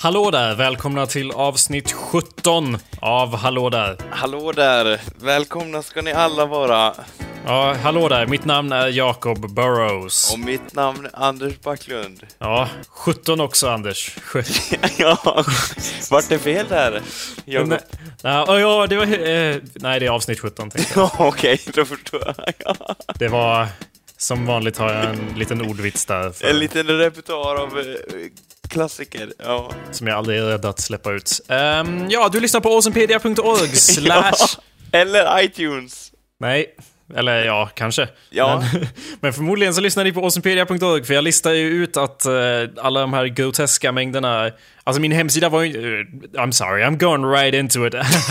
Hallå där, välkomna till avsnitt 17 av Hallå där. Hallå där, välkomna ska ni alla vara. Ja, hallå där, mitt namn är Jacob Burrows. Och mitt namn är Anders Backlund. Ja, 17 också, Anders. Ja, vart är fel där? Ja, det var... nej, det är avsnitt 17, tänkte jag. Ja, okej, då förstår jag. Ja. Det var... Som vanligt har jag en liten ordvits där. En liten repertoar av klassiker, ja. Som jag aldrig är rädd att släppa ut. Ja, du lyssnar på awesomepedia.org / Ja, eller iTunes. Nej, eller ja, kanske. Ja. Men förmodligen så lyssnar ni på awesomepedia.org, för jag listar ju ut att alla de här groteska mängderna... Alltså min hemsida var ju... I'm sorry, I'm going right into it.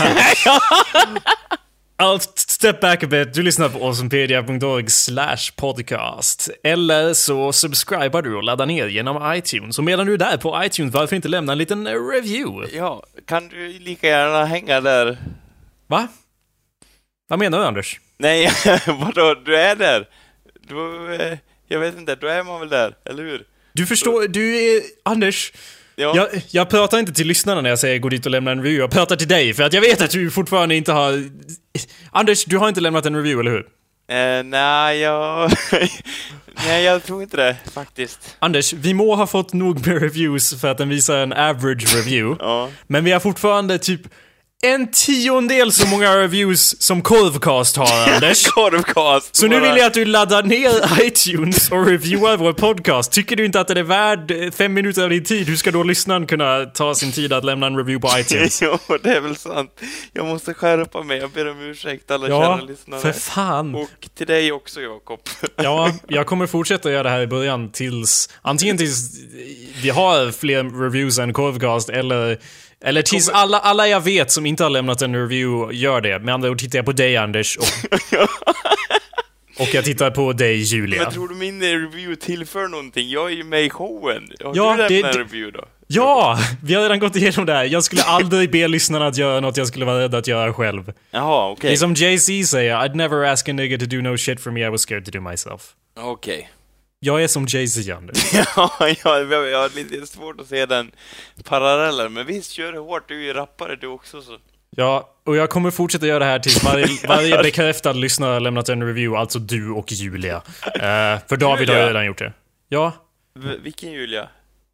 I'll step back a bit. Du lyssnar på awesomepedia.org / podcast. Eller så subscribar du och laddar ner genom iTunes. Och medan du är där på iTunes, varför inte lämna en liten review? Ja, kan du lika gärna hänga där? Va? Vad menar du, Anders? Nej, vadå? Du är där. Jag vet inte, då är man väl där, eller hur? Du förstår, du är... Anders... Ja. Jag pratar inte till lyssnarna när jag säger gå dit och lämna en review. Jag pratar till dig, för att jag vet att du fortfarande inte har... Anders, du har inte lämnat en review, eller hur? Nej, jag tror inte det, faktiskt. Anders, vi må ha fått nog med reviews för att den visar en average review. Ja. Men vi har fortfarande typ 1/10 så många reviews som Korvcast har, Anders. Korvcast. Så nu vill jag att du laddar ner iTunes och reviewar vår podcast. Tycker du inte att det är värd 5 minuter av din tid? Hur ska då lyssnaren kunna ta sin tid att lämna en review på iTunes? Jo, det är väl sant. Jag måste skärpa mig. Jag ber om ursäkt, alla kära lyssnare. För fan. Och till dig också, Jakob. Ja, jag kommer fortsätta göra det här i början antingen tills vi har fler reviews än Korvcast, eller tills alla jag vet som inte har lämnat en review gör det. Med andra ord tittar jag på dig, Anders, och jag tittar på dig, Julia. Men tror du min review tillför någonting? Jag är ju med i showen. Har Ja, du lämnat en review då? Ja, vi har redan gått igenom det här. Jag skulle aldrig be lyssnarna att göra något jag skulle vara rädd att göra själv. Jaha, okej. Det är som Jay-Z säger, I'd never ask a nigga to do no shit for me, I was scared to do myself. Okej. Jag är som Jay-Z, Anders. Ja, jag har lite svårt att se den parallellen. Men visst, kör det hårt. Du är ju rappare du också, så... Ja, och jag kommer fortsätta göra det här tills varje bekräftad lyssnare har lämnat en review, alltså du och Julia. För David har ju redan gjort det. Ja. Vilken Julia?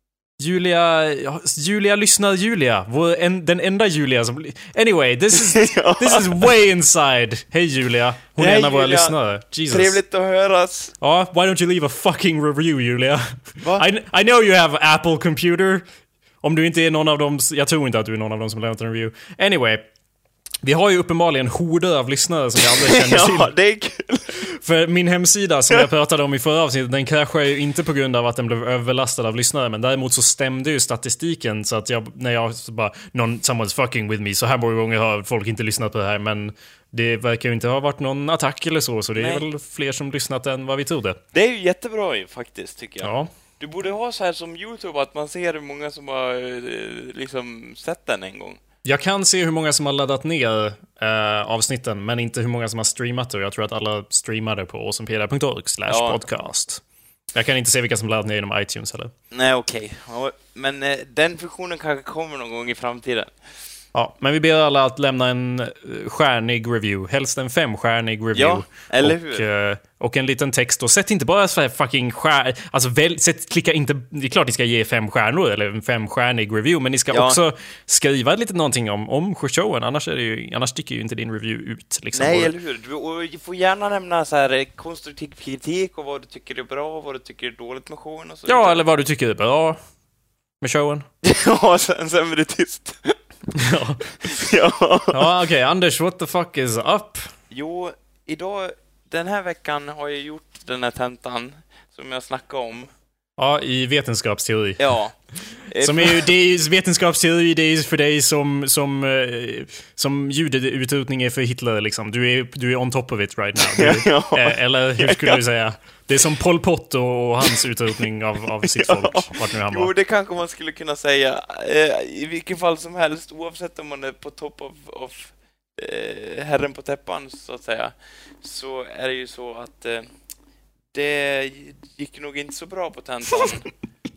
Julia lyssnar Julia. Den enda Julia som... Anyway, this is way inside. Hej Julia. Hon är en av våra lyssnare. Jesus. Trevligt att höras. Ja, why don't you leave a fucking review, Julia? Va? I know you have Apple computer. Om du inte är någon av dem... Jag tror inte att du är någon av dem som lämnat en review. Anyway. Vi har ju uppenbarligen horder av lyssnare som jag aldrig känner till. Ja, det är kul. För min hemsida som jag pratade om i förra avsnittet, den kraschade ju inte på grund av att den blev överlastad av lyssnare, men däremot så stämde ju statistiken, så att när jag bara, someone's fucking with me, så här många gånger har folk inte lyssnat på det här, men det verkar ju inte ha varit någon attack eller så det är väl fler som lyssnat än vad vi trodde. Det är ju jättebra faktiskt, tycker jag. Ja. Du borde ha så här som YouTube, att man ser hur många som har liksom sett den en gång. Jag kan se hur många som har laddat ner avsnitten, men inte hur många som har streamat det. Jag tror att alla streamade på awesomepedia.org / podcast. Jag kan inte se vilka som laddat ner genom iTunes heller. Nej, okej. Ja, men den funktionen kanske kommer någon gång i framtiden. Ja, men vi ber alla att lämna en stjärnig review. Helst en 5-stjärnig review. Ja, eller hur? Och en liten text. Och sätt inte bara så här fucking alltså klicka inte... Det är klart ni ska ge 5 stjärnor eller en 5-stjärnig review. Men ni ska också skriva lite någonting om showen. Annars sticker ju inte din review ut. Liksom. Nej, eller hur? Du får gärna nämna så här konstruktiv kritik och vad du tycker är bra och vad du tycker är dåligt med showen. Och så ja, eller vad du tycker är bra med showen. Ja, sen blir det tyst. Ja, okej. Anders, what the fuck is up? Jo, den här veckan har jag gjort den här tentan som jag snackade om. Ja, i vetenskapsteori. Ja. Det är vetenskapsteori, det är för dig som judeutrotning är för Hitler, liksom. Du är on top of it right now. Eller hur skulle du säga? Det är som Pol Pot och hans utrotning av sitt folk. Vart nu han var. Jo, det kanske man skulle kunna säga. I vilken fall som helst, oavsett om man är på topp av herren på täppan, så att säga, så är det ju så att det gick nog inte så bra på tentan.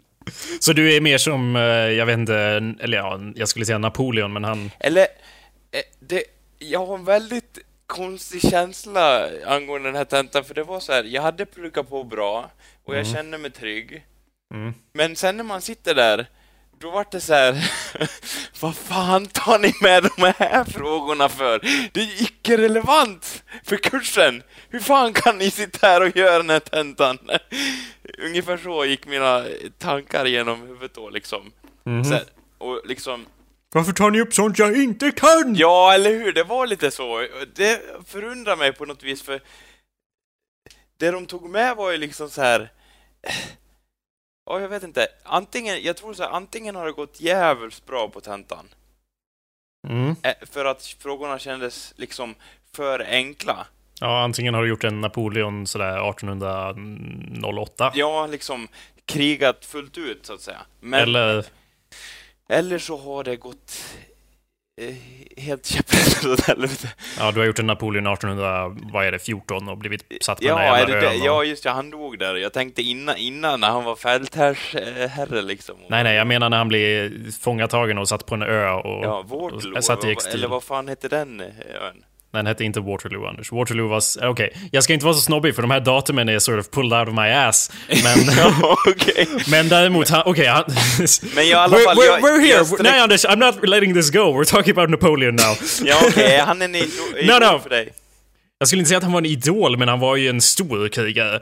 Så du är mer som, jag vet inte, eller ja, jag skulle säga Napoleon, men han... Eller, jag har en väldigt konstig känsla angående den här tentan, för det var så här, jag hade pluggat på bra och jag kände mig trygg. Men sen när man sitter där, då var det så här, vad fan tar ni med de här frågorna för? Det är icke-relevant för kursen. Hur fan kan ni sitta här och göra den här tentan? Ungefär så gick mina tankar genom huvudet då, liksom. Så här, och liksom... Varför tar ni upp sånt jag inte kan? Ja, eller hur? Det var lite så. Det förundrar mig på något vis, för det de tog med var ju liksom så här... Ja, jag vet inte. Jag tror så här, antingen har det gått jävligt bra på tentan. För att frågorna kändes liksom för enkla. Ja, antingen har du gjort en Napoleon sådär 1808. Ja, liksom krigat fullt ut, så att säga. Men, eller så har det gått helt käpprätt åt helvete. Ja, du har gjort en Napoleon 1814 och blivit satt på ja, en jävla ön. Ja, just det, han dog där. Jag tänkte innan när han var fältherre liksom. Nej, jag menar när han blev fångatagen och satt på en ö och, Waterloo, och satt i exil. eller vad fan hette den ön? Den hette inte Waterloo, Anders. Waterloo var... Okej, jag ska inte vara så snobbig för de här datumen är sort of pulled out of my ass. Men, men däremot... Men i alla fall... We're here. Nej, Anders, I'm not letting this go. We're talking about Napoleon now. Ja, okej. Han är en idol för dig. Jag skulle inte säga att han var en idol, men han var ju en stor krigare.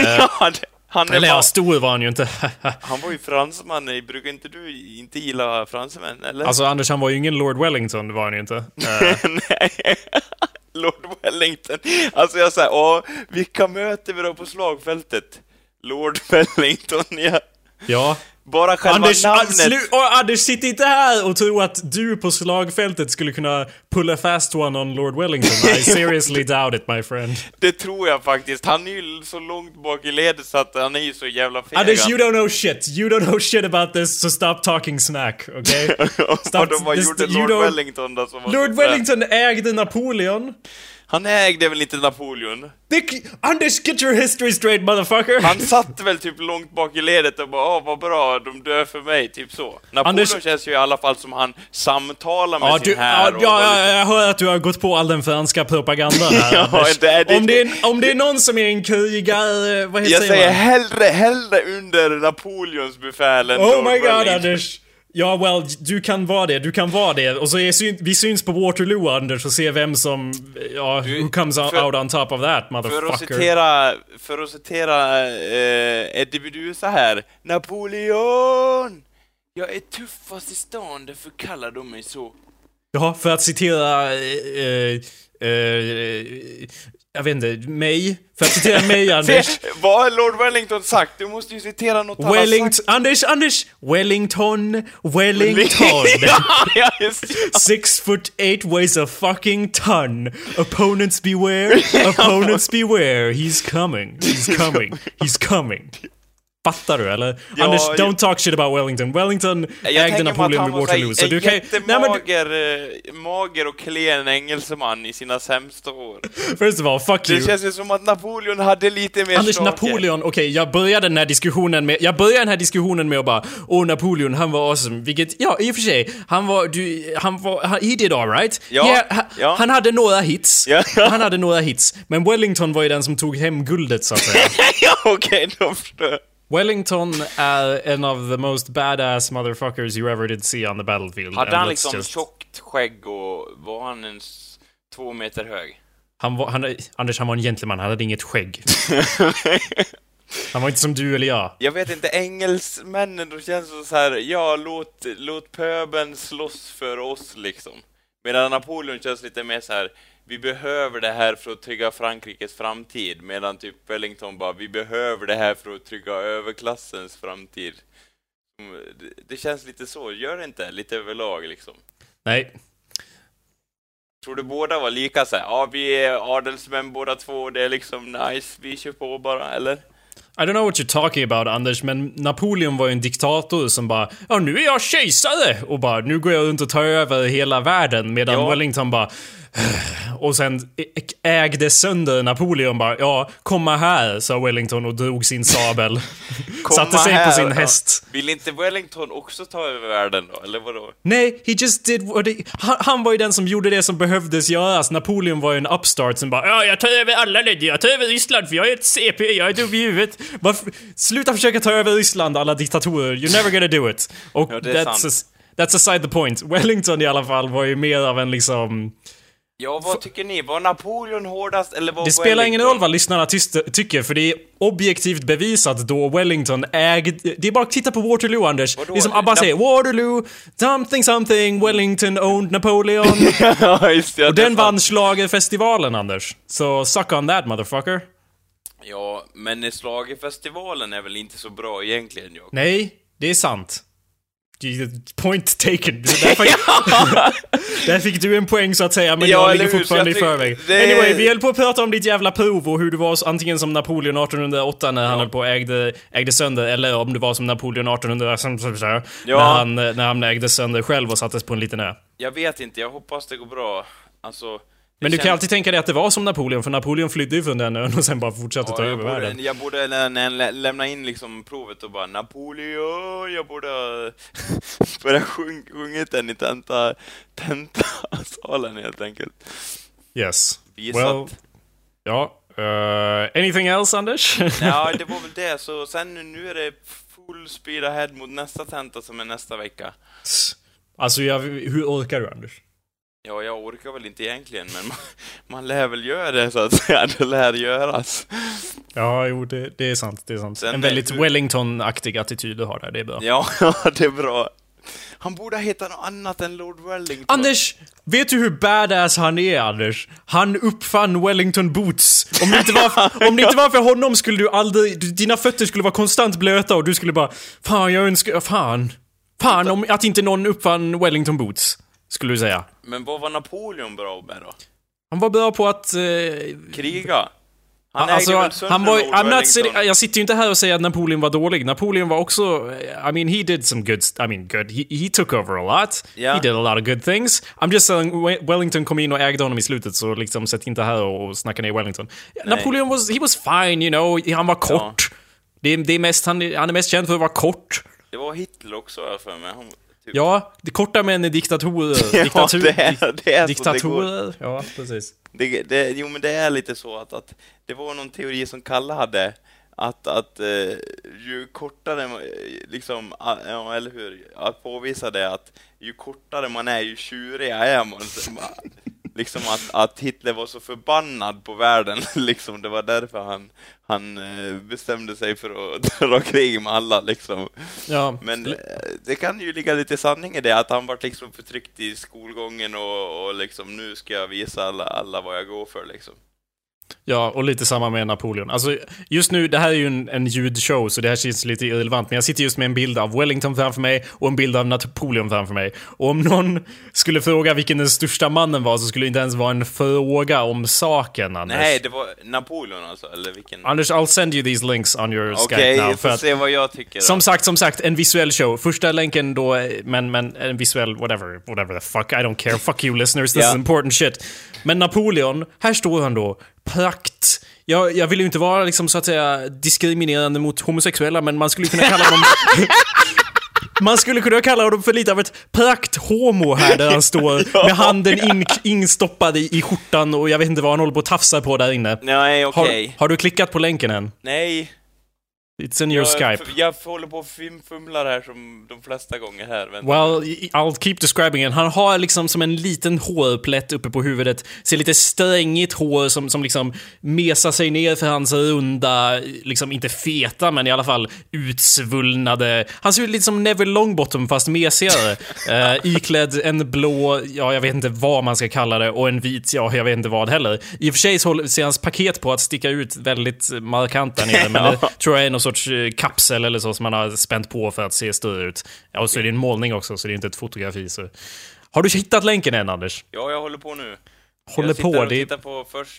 Stor var han ju inte. Han var ju fransman. Brukar inte du inte gilla fransmän, eller? Alltså, Anders, han var ju ingen Lord Wellington, det var han ju inte. Nej, Lord Wellington. Alltså, jag säger, vilka möter vi då på slagfältet? Lord Wellington, ja. Bara själva namnet. Anders, sitt inte här och tro att du på slagfältet skulle kunna pulla fast one on Lord Wellington. I seriously doubt it, my friend. Det tror jag faktiskt. Han är ju så långt bak i ledet så att han är ju så jävla feg. Anders, you don't know shit. You don't know shit about this, so stop talking snack, okay? Vad gjorde Lord Wellington då? Lord Wellington ägde Napoleon. Han ägde väl inte Napoleon? Anders, get your history straight, motherfucker! Han satt väl typ långt bak i ledet och bara, vad bra, de dör för mig, typ så. Napoleon känns ju i alla fall som han samtalar med sin här. Jag hör att du har gått på all den franska propagandan här. Om det är någon som är en krigare, vad heter det? Jag säger hellre under Napoleons befäl än Oh my god, Anders! Ja, well, du kan vara det. Och så vi syns på Waterloo, Anders, och ser vem som, who comes out on top of that, motherfucker. För att citera Eddie Meduza här. Napoleon! Jag är tuffast i stan, därför kallar de mig så. Ja, för att citera... jag vet inte, mig. För att citera mig, Anders. Vad har Lord Wellington sagt? Du måste ju citera något annat sagt. Anders! Wellington. Ja, just det. 6'8" weighs a fucking ton. Opponents beware. He's coming. Fattar du, eller? Ja, Anders, don't talk shit about Wellington. Wellington ägde Napoleon vid Waterloo. Så du kan mager och klen engelsman i sina sämsta år. First of all, fuck you. Det känns ju som att Napoleon hade lite mer Anders, Napoleon, okej, jag började den här diskussionen med att bara, Napoleon, han var awesome. Vilket, ja, i och för sig, he did all right. Ja. Han hade några hits. Ja. Han hade några hits. Men Wellington var ju den som tog hem guldet, så att säga. Ja, okej, då förstår jag. Wellington är en of the most badass motherfuckers you ever did see on the battlefield. Hade han liksom tjockt skägg och var han en 2 meter hög? Anders, han var en gentleman, han hade inget skägg. Han var inte som du eller jag. Jag vet inte, engelsmännen, då känns det så här, ja, låt pöbeln slåss för oss liksom. Medan Napoleon känns lite mer så här, vi behöver det här för att trygga Frankrikes framtid. Medan typ Wellington bara, vi behöver det här för att trygga överklassens framtid. Det känns lite så, gör det inte? Lite överlag liksom. Nej. Tror du båda var lika så här, ja, vi är adelsmän båda två, det är liksom nice, vi kör på bara, eller? I don't know what you're talking about, Anders, men Napoleon var ju en diktator som bara, nu är jag kejsare! Och bara, nu går jag runt och tar över hela världen. Medan Wellington bara, Och sen ägde sönder Napoleon bara, ja, komma här, sa Wellington och drog sin sabel. Satte sig på sin häst. Vill inte Wellington också ta över världen då, eller vadå? Nej, he just did what han var ju den som gjorde det som behövdes göras. Napoleon var ju en upstart som bara, ja, jag tar över alla länder, jag tar över Ryssland för jag är ett CP, jag är dum i huvudet. Sluta försöka ta över Ryssland, alla diktatorer, you're never gonna do it. Och ja, that's aside the point. Wellington i alla fall var ju mer av en liksom... Ja, vad tycker ni? Var Napoleon hårdast eller var det spelar ingen roll vad lyssnarna tycker, för det är objektivt bevisat då Wellington ägde... Det är bara att titta på Waterloo, Anders. Vadå? Det är som Abba säger, Waterloo, something, Wellington owned Napoleon. Ja, just det, och den vann schlagerfestivalen, Anders. Så suck on that, motherfucker. Ja, men schlagerfestivalen är väl inte så bra egentligen, jag. Nej, det är sant. Point taken. Där fick du en poäng så att säga, men jag ligger fortfarande i förväg. Anyway, vi höll på att prata om ditt jävla prov och hur du var antingen som Napoleon 1808 när han höll på och ägde sönder, eller om du var som Napoleon 1800 när han ägde sönder själv och sattes på en liten ö. Jag vet inte, jag hoppas det går bra. Alltså... Men du kan alltid tänka dig att det var som Napoleon, för Napoleon flydde ju från den ön och sen bara fortsatte ta över världen. Jag borde lämna in liksom provet och bara Napoleon, jag borde börja sjungit den i tentasalen helt enkelt. Yes. Visat. Well, ja. Anything else, Anders? Ja, det var väl det. Så sen nu är det full speed ahead mot nästa tenta som är nästa vecka. Alltså, hur orkar du, Anders? Ja, jag orkar väl inte egentligen, men man lär väl göra det så att säga. Det lär göras. Ja, jo, det är sant. Det är sant. Sen en väldigt Wellington-aktig attityd du har där, det är bra. Ja, det är bra. Han borde heta något annat än Lord Wellington. Anders, vet du hur badass han är, Anders? Han uppfann Wellington Boots. Om det inte var för honom skulle du aldrig... Dina fötter skulle vara konstant blöta och du skulle bara... Fan, jag önskar... Fan om att inte någon uppfann Wellington Boots, skulle du säga. Men vad var Napoleon bra med då? Han var bra på att... kriga. Jag sitter ju inte här och säger att Napoleon var dålig. Napoleon var också... I mean, he did some good... He took over a lot. Yeah. He did a lot of good things. I'm just saying, Wellington kom in och ägde honom i slutet, så liksom sätt inte här och snacka ner Wellington. Nej. Napoleon was fine, you know. Han var kort. Ja. Han är mest känd för att vara kort. Det var Hitler också, för mig. Typ. Ja, det korta män är diktatorer. Diktatorer. Ja, precis. Jo, men det är lite så att det var någon teori som Kalle hade att ju kortare liksom, ja, eller hur, att påvisa det, att ju kortare man är, ju tjuriga är man. Liksom att Hitler var så förbannad på världen, liksom, det var därför han bestämde sig för att dra krig med alla, liksom. Ja. Men det kan ju ligga lite sanning i det, att han var liksom förtryckt i skolgången och liksom, nu ska jag visa alla vad jag går för, liksom. Ja, och lite samma med Napoleon. Alltså, just nu, det här är ju en ljudshow, så det här känns lite irrelevant. Men jag sitter just med en bild av Wellington framför mig och en bild av Napoleon framför mig. Och om någon skulle fråga vilken den största mannen var, så skulle det inte ens vara en fråga om saken, Anders. Nej, det var Napoleon alltså, eller vilken? Anders, I'll send you these links on your Skype now. Okej, får se vad jag tycker då. Som sagt, en visuell show. Första länken då, men en visuell, whatever the fuck, I don't care. Fuck you listeners, this is important shit. Men Napoleon, här står han då. Prakt. Jag vill ju inte vara liksom, så att säga, diskriminerande mot homosexuella, men man skulle kunna kalla dem för lite av ett prakt-homo här, där han står med handen instoppad i skjortan, och jag vet inte vad han håller på att tafsa på där inne. Nej, okej. Har du klickat på länken än? Nej. It's in your Skype. Jag håller på och fumlar här som de flesta gånger här. Well, I'll keep describing it. Han har liksom som en liten hårplätt uppe på huvudet. Ser lite strängigt hår som liksom mesar sig ner för hans runda, liksom inte feta, men i alla fall utsvullnade. Han ser ut lite som Neville Longbottom fast mesigare. Iklädd en blå, ja, jag vet inte vad man ska kalla det, och en vit, ja, jag vet inte vad heller. I och för sig ser hans paket på att sticka ut väldigt markant där nere, men det tror jag är någon sorts kapsel eller så som man har spänt på för att se större ut. Ja, och så är det en målning också, så det är inte ett fotografi. Så. Har du hittat länken än, Anders? Ja, jag håller på nu. Jag tittar på först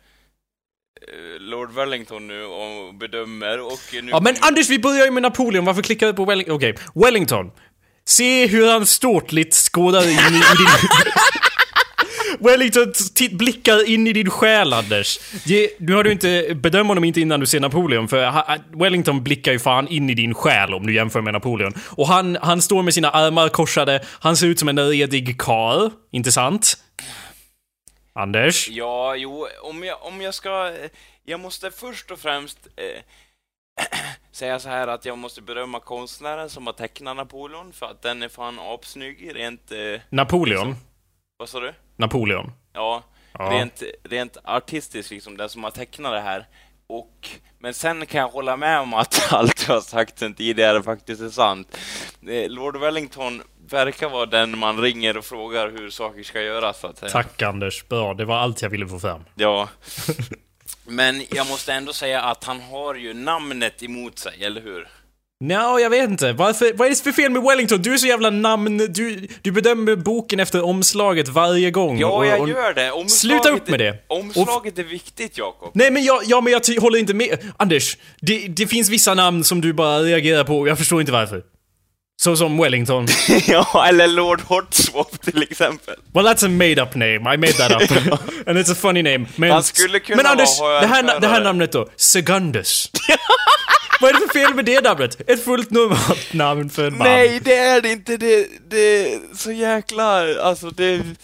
Lord Wellington nu och bedömer. Och nu ja, men Anders, vi börjar ju med Napoleon. Varför klickar du på Wellington? Okej, Wellington. Se hur han ståtligt skådar in i din... Wellington blickar in i din själ, Anders. Nu har du inte bedömt honom inte innan du ser Napoleon, för Wellington blickar ju fan in i din själ om du jämför med Napoleon. Och han står med sina armar korsade, han ser ut som en redig karl, inte sant? Anders? Ja, jo, om jag ska... Jag måste först och främst säga så här att jag måste berömma konstnären som har tecknat Napoleon, för att den är fan apsnygg, rent... Napoleon? Liksom. Vad sa du? Napoleon? Ja. Rent artistiskt liksom, den som har tecknat det här. Men sen kan jag hålla med om att allt jag har sagt sen tidigare faktiskt är sant. Lord Wellington verkar vara den man ringer och frågar hur saker ska göras, så att säga. Tack, Anders, bra, det var allt jag ville få fram. Ja. Men jag måste ändå säga att han har ju namnet emot sig, eller hur? Jag vet inte. Vad är det för fel med Wellington? Du är så jävla namn... Du bedömer boken efter omslaget varje gång. Ja, jag gör det. Sluta upp med det. Omslaget är viktigt, Jakob. Nej, men jag håller inte med. Anders, det finns vissa namn som du bara reagerar på och jag förstår inte varför. Så som Wellington. Ja, eller Lord Hotswap till exempel. Well, that's a made-up name. I made that up. And it's a funny name. Han skulle kunna Anders, vara det här namnet då. Segundus. Vad är det för fel med det namnet? Ett fullt normalt namn för en man. Nej, det är det inte. Det är så jäkla... Alltså,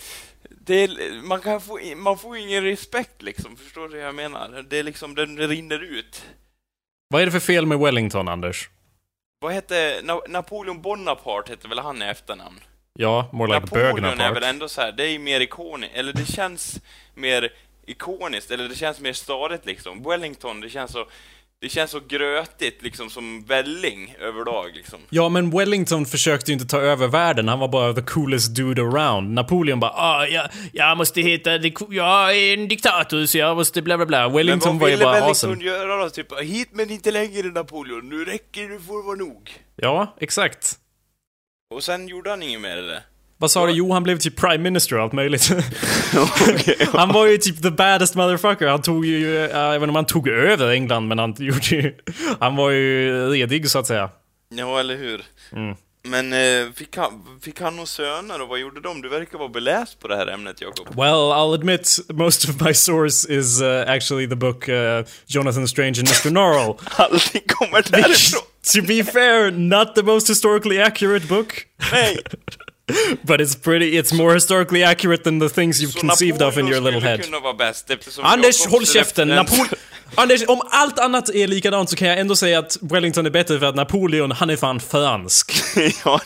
man får ingen respekt, liksom. Förstår du vad jag menar? Det är liksom, den rinner ut. Vad är det för fel med Wellington, Anders? Vad hette... Napoleon Bonaparte heter väl han i efternamn? Ja, more like Napoleon Bonaparte. är väl ändå så här, det är mer ikoniskt. Eller det känns mer ikoniskt. Eller det känns mer stadigt, liksom. Wellington, det känns så grötigt, liksom, som välling överlag, liksom. Ja, men Wellington försökte ju inte ta över världen. Han var bara the coolest dude around. Napoleon bara, jag måste heta... Jag är en diktator, så jag måste bla bla bla. Wellington var ju bara Wellington awesome. Göra då? Typ, hit men inte längre, Napoleon. Nu räcker det, får vara nog. Ja, exakt. Och sen gjorde han inget med det. Vad sa du? Jo, han blev typ prime minister och allt möjligt. Okay, ja. Han var ju typ the baddest motherfucker. Han tog ju, jag vet inte om han tog över England, men han var ju redig, så att säga. Ja, eller hur? Mm. Men fick han några söner, och vad gjorde de? Du verkar vara beläst på det här ämnet, Jakob. Well, I'll admit most of my source is actually the book Jonathan Strange and Mr. Norrell. Allting kommer därifrån. To be fair, not the most historically accurate book. Nej. But it's more historically accurate than the things you've conceived of in your little head. Kunna vara bäst, Anders, håll käften. Anders, om allt annat är likadant så kan jag ändå säga att Wellington är bättre, för att Napoleon, han är fan fransk. Ja.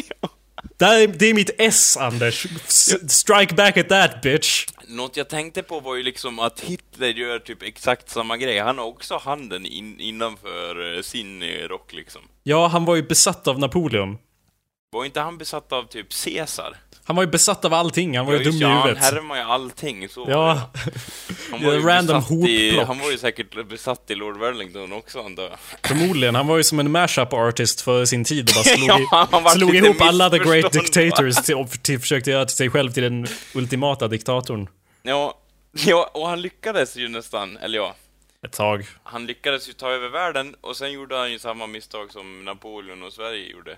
Det är mitt S, Anders. Strike back at that, bitch. Något jag tänkte på var ju liksom att Hitler gör typ exakt samma grej. Han har också handen innanför sin rock, liksom. Ja, han var ju besatt av Napoleon. Var inte han besatt av typ Caesar? Han var ju besatt av allting, han var ju dum i huvudet. Han härmar ju allting, så. Ja. Han var ju random hoplock. Han var ju säkert besatt i Lord Wellington också, antar jag. Förmodligen, han var ju som en mashup artist för sin tid och bara slog ihop alla the great dictators och försökte göra sig själv till den ultimata diktatorn. Ja, och han lyckades ju nästan, eller ja. Ett tag. Han lyckades ju ta över världen, och sen gjorde han ju samma misstag som Napoleon och Sverige gjorde.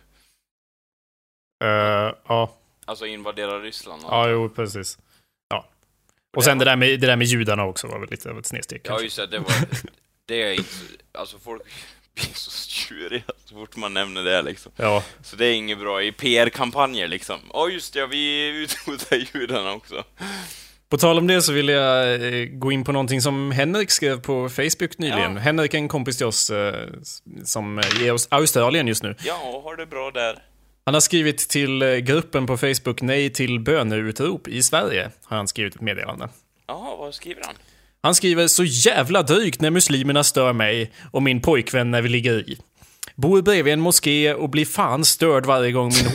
Ja. Alltså invadera Ryssland. Ja, jo, precis. Ja. Och sen det där med judarna också var väl lite av ett snedsteg. Ja, just det. Det är inte... Alltså folk blir så tjuriga så fort man nämner det, liksom. Ja. Så det är inget bra i PR-kampanjer, liksom. Ja, just det. Vi utrotar judarna också. På tal om det så vill jag gå in på någonting som Henrik skrev på Facebook nyligen. Ja. Henrik är en kompis till oss som är hos Australien just nu. Ja, har det bra där. Han har skrivit till gruppen på Facebook Nej till böneutrop i Sverige. Har han skrivit ett meddelande. Ja, vad skriver han? Han skriver: så jävla drygt när muslimerna stör mig och min pojkvän när vi ligger i. Bor bredvid en moské och blir fan störd varje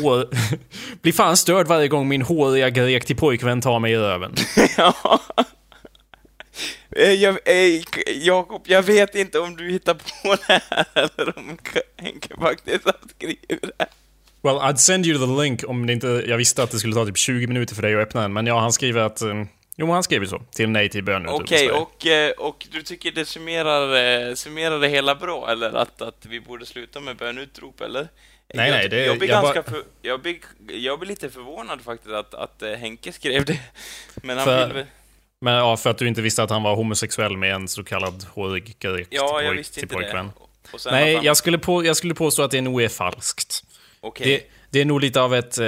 gång min håriga grek till pojkvän tar mig i röven. Ja. Jakob, jag vet inte om du hittar på det här eller om Henke faktiskt har skrivit det. Well, I'd send you the link om det inte, jag visste att det skulle ta typ 20 minuter för dig att öppna den. Men ja, han skriver att Jo, men han skrev ju så. Till nej till bönutrop. Okej, och du tycker det summerar det hela bra, eller att vi borde sluta med bönutrop, eller? Nej, det... Jag blir lite förvånad faktiskt att Henke skrev det. Men han vill... Men ja, för att du inte visste att han var homosexuell med en så kallad hårig Ja, jag visste inte pojkvän. Det. Nej, jag skulle påstå att det nog är falskt. Okay. Det är nog lite av ett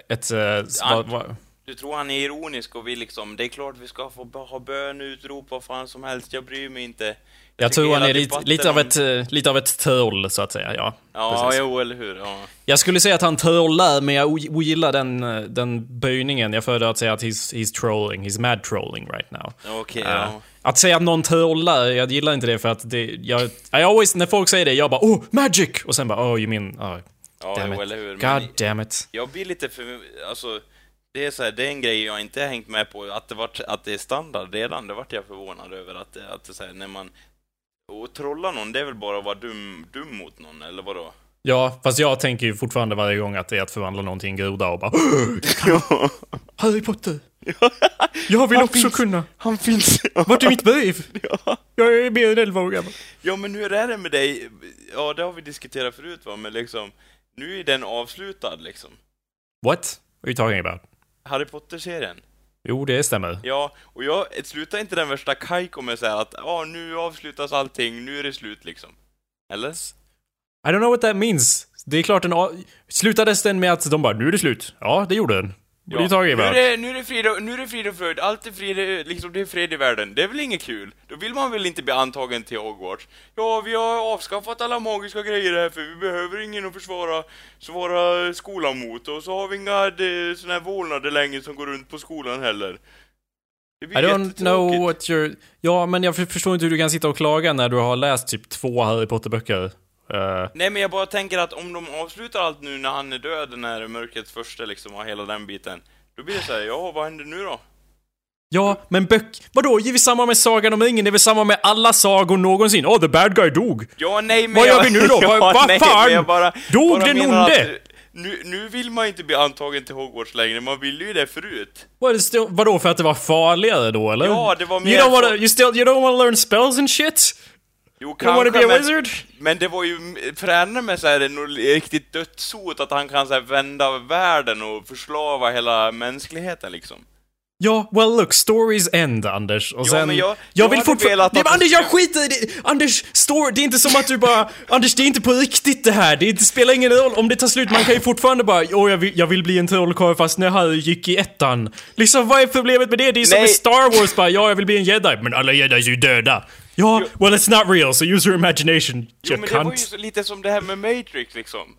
du tror han är ironisk och vill liksom, det är klart vi ska få ha bönutrop vad fan som helst, jag bryr mig inte. Jag tror han är lite av ett troll, så att säga, ja. Ja, jo, eller hur, ja. Jag skulle säga att han trollar, men jag ogillar den böjningen. Jag föredrar att säga att he's trolling, he's mad trolling right now. Okej, ja. Att säga att någon trollar, jag gillar inte det, för att I always, när folk säger det, jag bara, oh, magic! Och sen bara, oh, you mean, oh, damn it. Eller hur? God damn it. Jag blir lite alltså, det är så här, det är en grej jag inte har hängt med på, att det är standard redan. Det vart jag förvånad över att det så här, när man trollar någon, det är väl bara att vara dum mot någon, eller vadå? Ja, fast jag tänker ju fortfarande varje gång att det är att förvandla någonting i en groda och bara Harry Potter. Jag vill också kunna. Han finns. Vart är mitt brev? Ja. Jag är mer än 11 år gammal. Ja, men hur är det med dig? Ja, det har vi diskuterat förut, va? Men liksom, nu är den avslutad liksom. What are you talking about? Harry Potter-serien. Jo, det stämmer. Ja, och jag slutar inte den värsta kajko med så här att nu avslutas allting, nu är det slut liksom. Eller? I don't know what that means. Det är klart slutades den med att de bara, nu är det slut. Ja, det gjorde den. Ja. Nu är det frid och fröjd. Allt är frid, liksom det är fred i världen. Det är väl inget kul? Då vill man väl inte bli antagen till Hogwarts. Ja, vi har avskaffat alla magiska grejer här, för vi behöver ingen att försvara skolan mot. Och så har vi inga såna här vålnader längre som går runt på skolan heller. I don't know what you're... Ja, men jag förstår inte hur du kan sitta och klaga när du har läst typ 2 Harry Potter-böcker. Nej, men jag bara tänker att om de avslutar allt nu när han är död, när mörkrets första liksom, och hela den biten, då blir det så här, ja, vad händer nu då? Ja, men vadå? Ger vi samma med Sagan om ringen? Det är väl samma med alla sagor någonsin? The bad guy dog. Ja, nej, men... Vad gör vi nu då? Vad fan? Dog den onde? Nu vill man inte bli antagen till Hogwarts längre. Man ville ju det förut. Vadå, för att det var farligare då, eller? Ja, det var mer... You don't want to learn spells and shit? Jo, kanske, men det var ju tränare med så här en riktigt dödshot att han kan så här vända världen och förslava hela mänskligheten liksom. Ja, well look, stories end, Anders. Och sen... men jag vill fortfarande... Anders, jag skiter i det! Anders, det är inte som att du bara... Anders, det är inte på riktigt det här. Det spelar ingen roll om det tar slut. Man kan ju fortfarande bara... jag vill bli en trollkarl fast när Harry gick i 1:an. Liksom, vad är problemet med det? Det är som med Star Wars bara... jag vill bli en jedi. Men alla jedi är ju döda. Ja, well it's not real, so use your imagination. Jo, men det var ju lite som det här med Matrix liksom.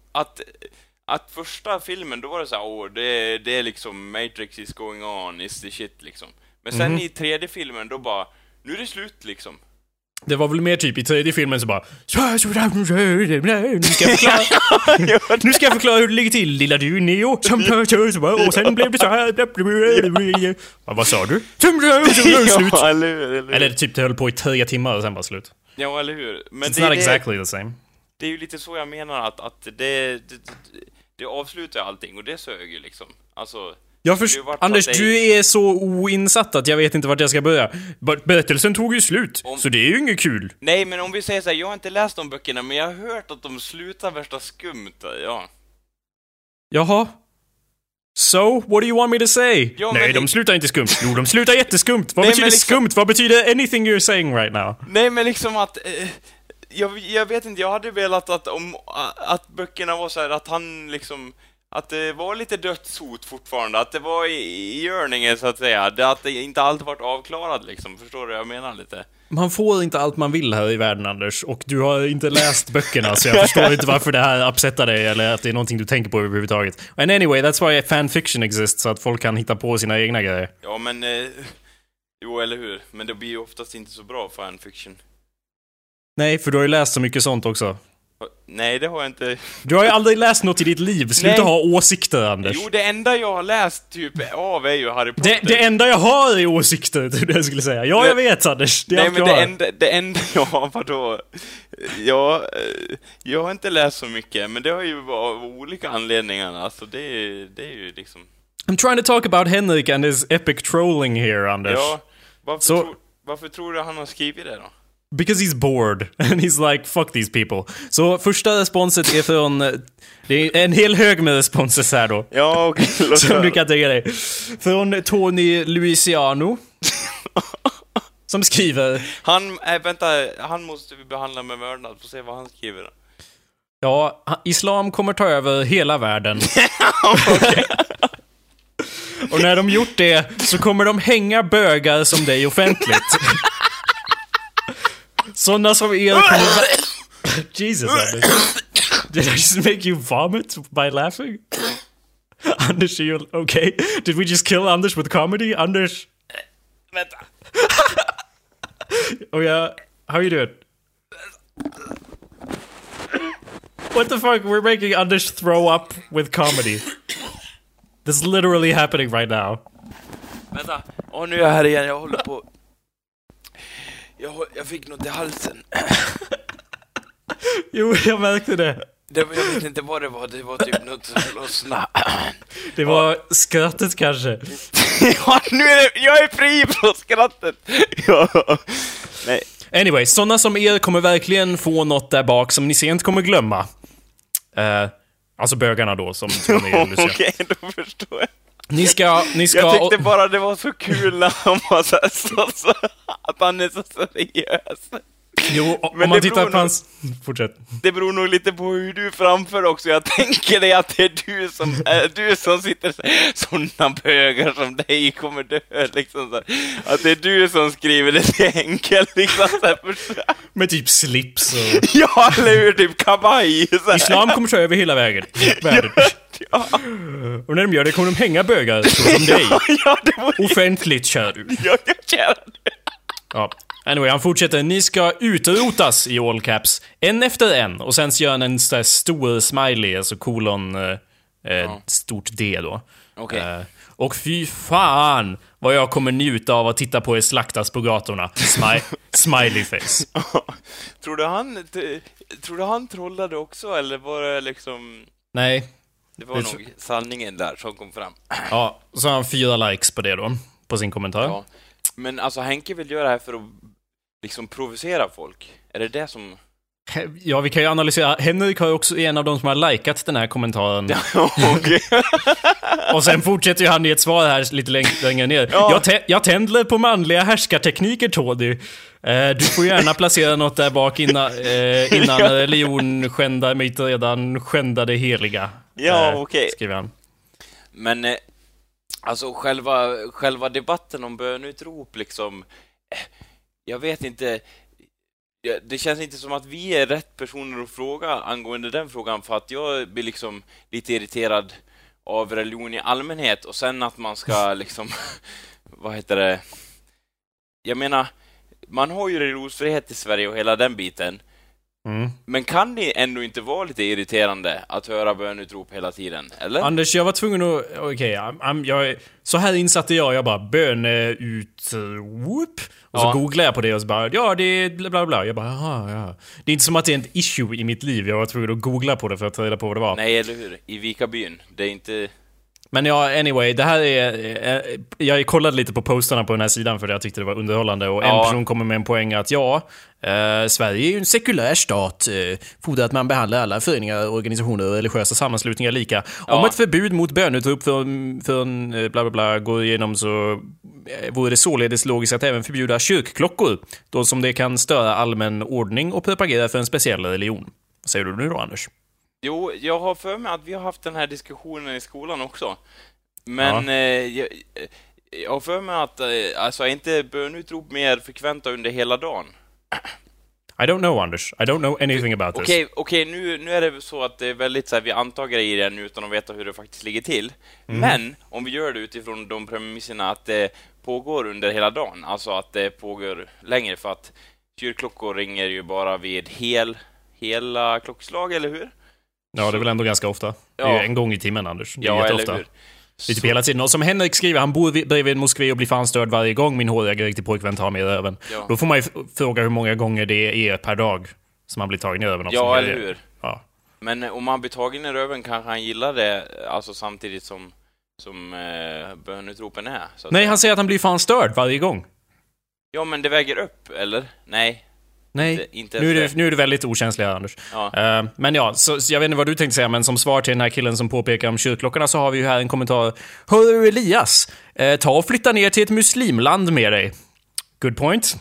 Att första filmen, då var det så här, det är liksom Matrix is going on, is the shit liksom. Men sen i tredje filmen, då bara, nu är det slut liksom. Det var väl mer typ i tredje filmen så bara... Nu ska jag förklara hur det ligger till, lilla du, Neo. Och sen blev det så här... Vad sa du? Slut. Eller typ det höll på i 3 timmar och sen bara slut. Ja, eller hur? Men it's not exactly the same. Det är ju lite så jag menar att det avslutar allting, och det sög ju liksom. Alltså... Anders, du är så oinsatt att jag vet inte vart jag ska börja. Berättelsen tog ju slut, så det är ju inget kul. Nej, men om vi säger så här, jag har inte läst de böckerna, men jag har hört att de slutar värsta skumt, ja. Jaha. So, what do you want me to say? Ja, nej, de slutar inte skumt. Jo, de slutar jätteskumt. Vad betyder skumt? Vad betyder anything you're saying right now? Nej, men liksom att... Jag vet inte, jag hade velat att böckerna var så här, att han liksom... Att det var lite dödshot fortfarande. Att det var i görningen så att säga. Att det inte allt varit avklarat liksom. Förstår du vad jag menar lite? Man får inte allt man vill här i världen, Anders. Och du har inte läst böckerna. Så jag förstår inte varför det här uppsätter dig. Eller att det är någonting du tänker på överhuvudtaget. And anyway, that's why fanfiction exists. Så att folk kan hitta på sina egna grejer. Ja, men... jo, eller hur? Men det blir ju oftast inte så bra fanfiction. Nej, för du har ju läst så mycket sånt också. Nej, det har jag inte. Du har ju aldrig läst något i ditt liv. Sluta ha åsikter, Anders. Jo, det enda jag har läst typ av är ju Harry Potter. Det enda jag har är åsikter, det jag skulle säga. Ja, jag vet, Anders. Nej, men det enda jag har, vadå? Jag har inte läst så mycket, men det har ju av olika anledningar. Alltså, det är ju liksom... I'm trying to talk about Henrik and his epic trolling here, Anders. Ja, varför tror du han har skrivit det då? Because he's bored. And he's like, fuck these people. Så första responset är från... Det är en hel hög med responses här då. Ja, okej. Som du kan tänka dig. Från Tony Luciano. Som skriver... Han måste vi behandla med vördnad. Får se vad han skriver. Ja, islam kommer ta över hela världen. Och när de gjort det så kommer de hänga bögar som dig offentligt. Sådana som er kommer... Jesus, Anders. Did I just make you vomit by laughing? Anders, are you okay? Did we just kill Anders with comedy? Anders? Vänta. Oh yeah, how you doing? What the fuck? We're making Anders throw up with comedy. This is literally happening right now. Vänta. Nu är jag här igen. Jag håller på... Jag fick något i halsen. Jo, jag märkte det. Jag vet inte vad det var. Det var typ något som lossnade. Det var skrattet kanske. Ja, nu är det... Jag är fri från skrattet. Ja. Nej. Anyway, sådana som er kommer verkligen få något där bak som ni sent kommer glömma. Alltså bögarna då, som ni är. Okej, då förstår jag. Ni ska... Jag tyckte bara det var så kul när han var så att han är så seriös. Jo, om man tittar på hans... Fortsätt. Det beror nog lite på hur du framför också. Jag tänker dig att det är du som sitter sådana bögar som dig kommer dö liksom så. Att det är du som skriver det till enkelt liksom så här. Med typ slips och... Ja, eller hur? Typ kavaj så här. Islam kommer köra över hela världen. Ja. Och när de gör det kommer de hänga bögar som dig. Ja, det var... Offentligt, kär du. Ja, jag känner det. Ja. Anyway, han fortsätter. Ni ska utrotas i all caps. En efter en. Och sen så gör han en sån där stor smiley. Alltså kolon stort D då. Okay. Och fy fan vad jag kommer njuta av att titta på er slaktas på gatorna. Smiley face. Tror du han trollade också? Eller var det liksom... Nej. Det var nog sanningen där som kom fram. Ja, så har han 4 likes på det då. På sin kommentar. Ja. Men alltså Henke vill göra det här för att liksom provocera folk. Är det det som... Ja, vi kan ju analysera. Henrik har ju också en av de som har likat den här kommentaren. Okay. Och sen fortsätter ju han i ett svar här lite längre ner. Ja. Jag tänder på manliga härskartekniker, Tony. Du får gärna placera något där bak innan religion skändar mitt redan skändade heliga. Ja, okej. Skriver han. Men alltså själva debatten om bönutrop liksom, jag vet inte, det känns inte som att vi är rätt personer att fråga angående den frågan, för att jag blir liksom lite irriterad av religion i allmänhet, och sen att man ska liksom vad heter det, jag menar, man har ju religionsfrihet i Sverige och hela den biten. Men kan ni ändå inte vara lite irriterande att höra bönutrop hela tiden, eller? Anders, jag var tvungen att... Okej, så här insatte jag bara bönutrop. Och så googlade jag på det och så bara, ja, det är bla bla bla. Jag bara, ja. Det är inte som att det är en issue i mitt liv. Jag var tvungen att googla på det för att ta reda på vad det var. Nej, eller hur? I Vikabyn. Det är inte... Men ja, anyway, det här är... Jag kollade lite på posterna på den här sidan för jag tyckte det var underhållande. Och en person kommer med en poäng att Sverige är ju en sekulär stat. Fordrar att man behandlar alla föreningar, organisationer och religiösa sammanslutningar lika. Om ett förbud mot bönutrop för en bla bla bla går igenom, så vore det således logiskt att även förbjuda kyrkklockor, då som det kan störa allmän ordning och propagera för en speciell religion. Vad säger du nu då, Anders? Jo, jag har för mig att vi har haft den här diskussionen i skolan också. Men jag har för mig att alltså, är inte bönutrop mer frekventa under hela dagen? I don't know, Anders. I don't know anything about this. Okej, nu är det så att det är väldigt så här, vi antar grejer nu utan att veta hur det faktiskt ligger till. Men om vi gör det utifrån de premisserna att det pågår under hela dagen, alltså att det pågår längre, för att kyrkklockor ringer ju bara vid hela klockslag, eller hur? Ja, det är väl ändå ganska ofta. Det är ju en gång i timmen, Anders. Det är jätteofta. Hur? Det är typ hela tiden. Och som Henrik skriver, han bor bredvid Moskva och blir fan störd varje gång min håriga riktig pojkvän tar med i röven. Ja. Då får man ju fråga hur många gånger det är per dag som man blir tagen i röven. Ja, eller hur? Ja. Men om man blir tagen i röven kanske han gillar det, alltså samtidigt som bönutropen är. Så Nej, han säger att han blir fan störd varje gång. Ja, men det väger upp, eller? Nej. Inte nu är du väldigt okänslig här, Anders. Ja. Men ja, så jag vet inte vad du tänkte säga, men som svar till den här killen som påpekar om kyrkklockorna så har vi ju här en kommentar. Hör Elias, ta och flytta ner till ett muslimland med dig. Good point.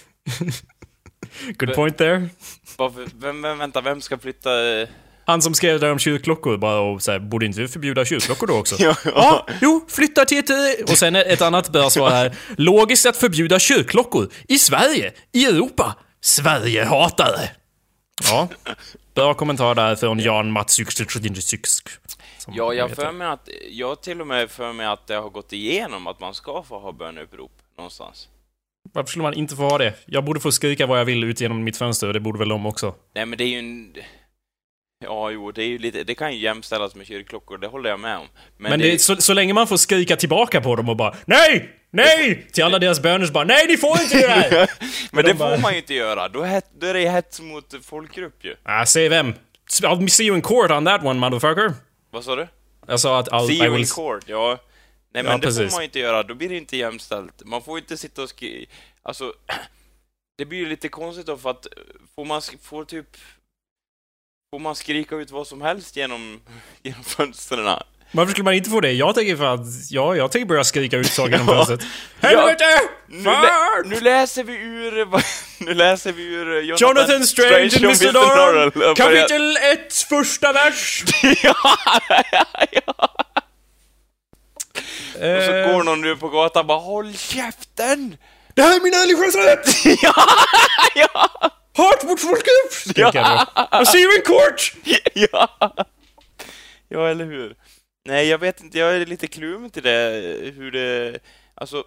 Good point there. Vem ska flytta... Han som skrev där om kyrkklockor bara och så här, borde inte förbjuda kyrkklockor då också? Ja. Jo, flytta till ett... Och sen ett annat bra svar här. Logiskt att förbjuda kyrkklockor i Sverige, i Europa. Sverige-hatare. Ja, bra kommentar där från Jan Matsyk. Ja, jag till och med för mig att det har gått igenom att man ska få ha böneutrop någonstans. Varför skulle man inte få ha det? Jag borde få skrika vad jag vill ut genom mitt fönster, och det borde väl de också. Nej, men det är ju en... Ja, jo, det är ju lite... Det kan ju jämställas med kyrkklockor, det håller jag med om. Men det är, så länge man får skrika tillbaka på dem och bara nej! Nej! Till alla deras böners bara nej, ni får inte det här! Men det får man ju inte göra. Då är det hets mot folkgrupp ju. Säg vem? I'll see you in court on that one, motherfucker. Vad sa du? Jag sa att see you in court, ja. Nej, men ja, det precis. får man ju inte göra. Då blir det inte jämställt. Man får inte sitta och alltså, det blir ju lite konstigt då, för att får man skrika ut vad som helst genom fönstren? Varför skulle man inte få det? Jag tänker börja skrika ut saker genom fönstret. Helvete! Nu läser vi ur Jonathan Strange and Mr. Darrell. Kapitel 1, första vers. Ja. Och så går någon nu på gatan och bara håll käften! Det här är min religiösa rätt! Ja! Hat mot folkgrupp! Ja! I see you in court! Ja, eller hur? Nej, jag vet inte, jag är lite kluven till det, hur det... Alltså...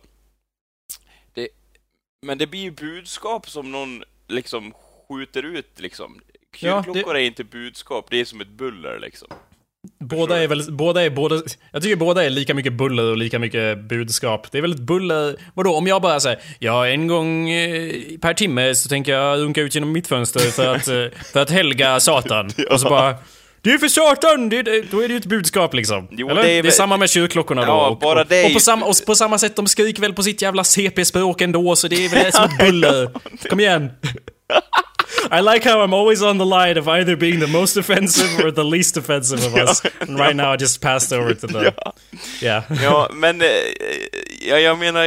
Men det blir ju budskap som någon liksom skjuter ut, liksom. Kyrkklockor är inte budskap, det är som ett buller, liksom. Båda jag tycker båda är lika mycket buller och lika mycket budskap. Det är väl ett buller... Vadå, om jag bara säger en gång per timme så tänker jag runka ut genom mitt fönster för att helga Satan. Ja. Och så bara... Det är för Satan! Då är det ju ett budskap, liksom. Jo, eller? Det är samma med kyrkklockorna då. Och på samma sätt, de skriker väl på sitt jävla CP-språk ändå, så det är väl som ett buller. Kom igen. I like how I'm always on the line of either being the most offensive or the least offensive of us. And right now I just passed over to the... Ja, men... jag menar...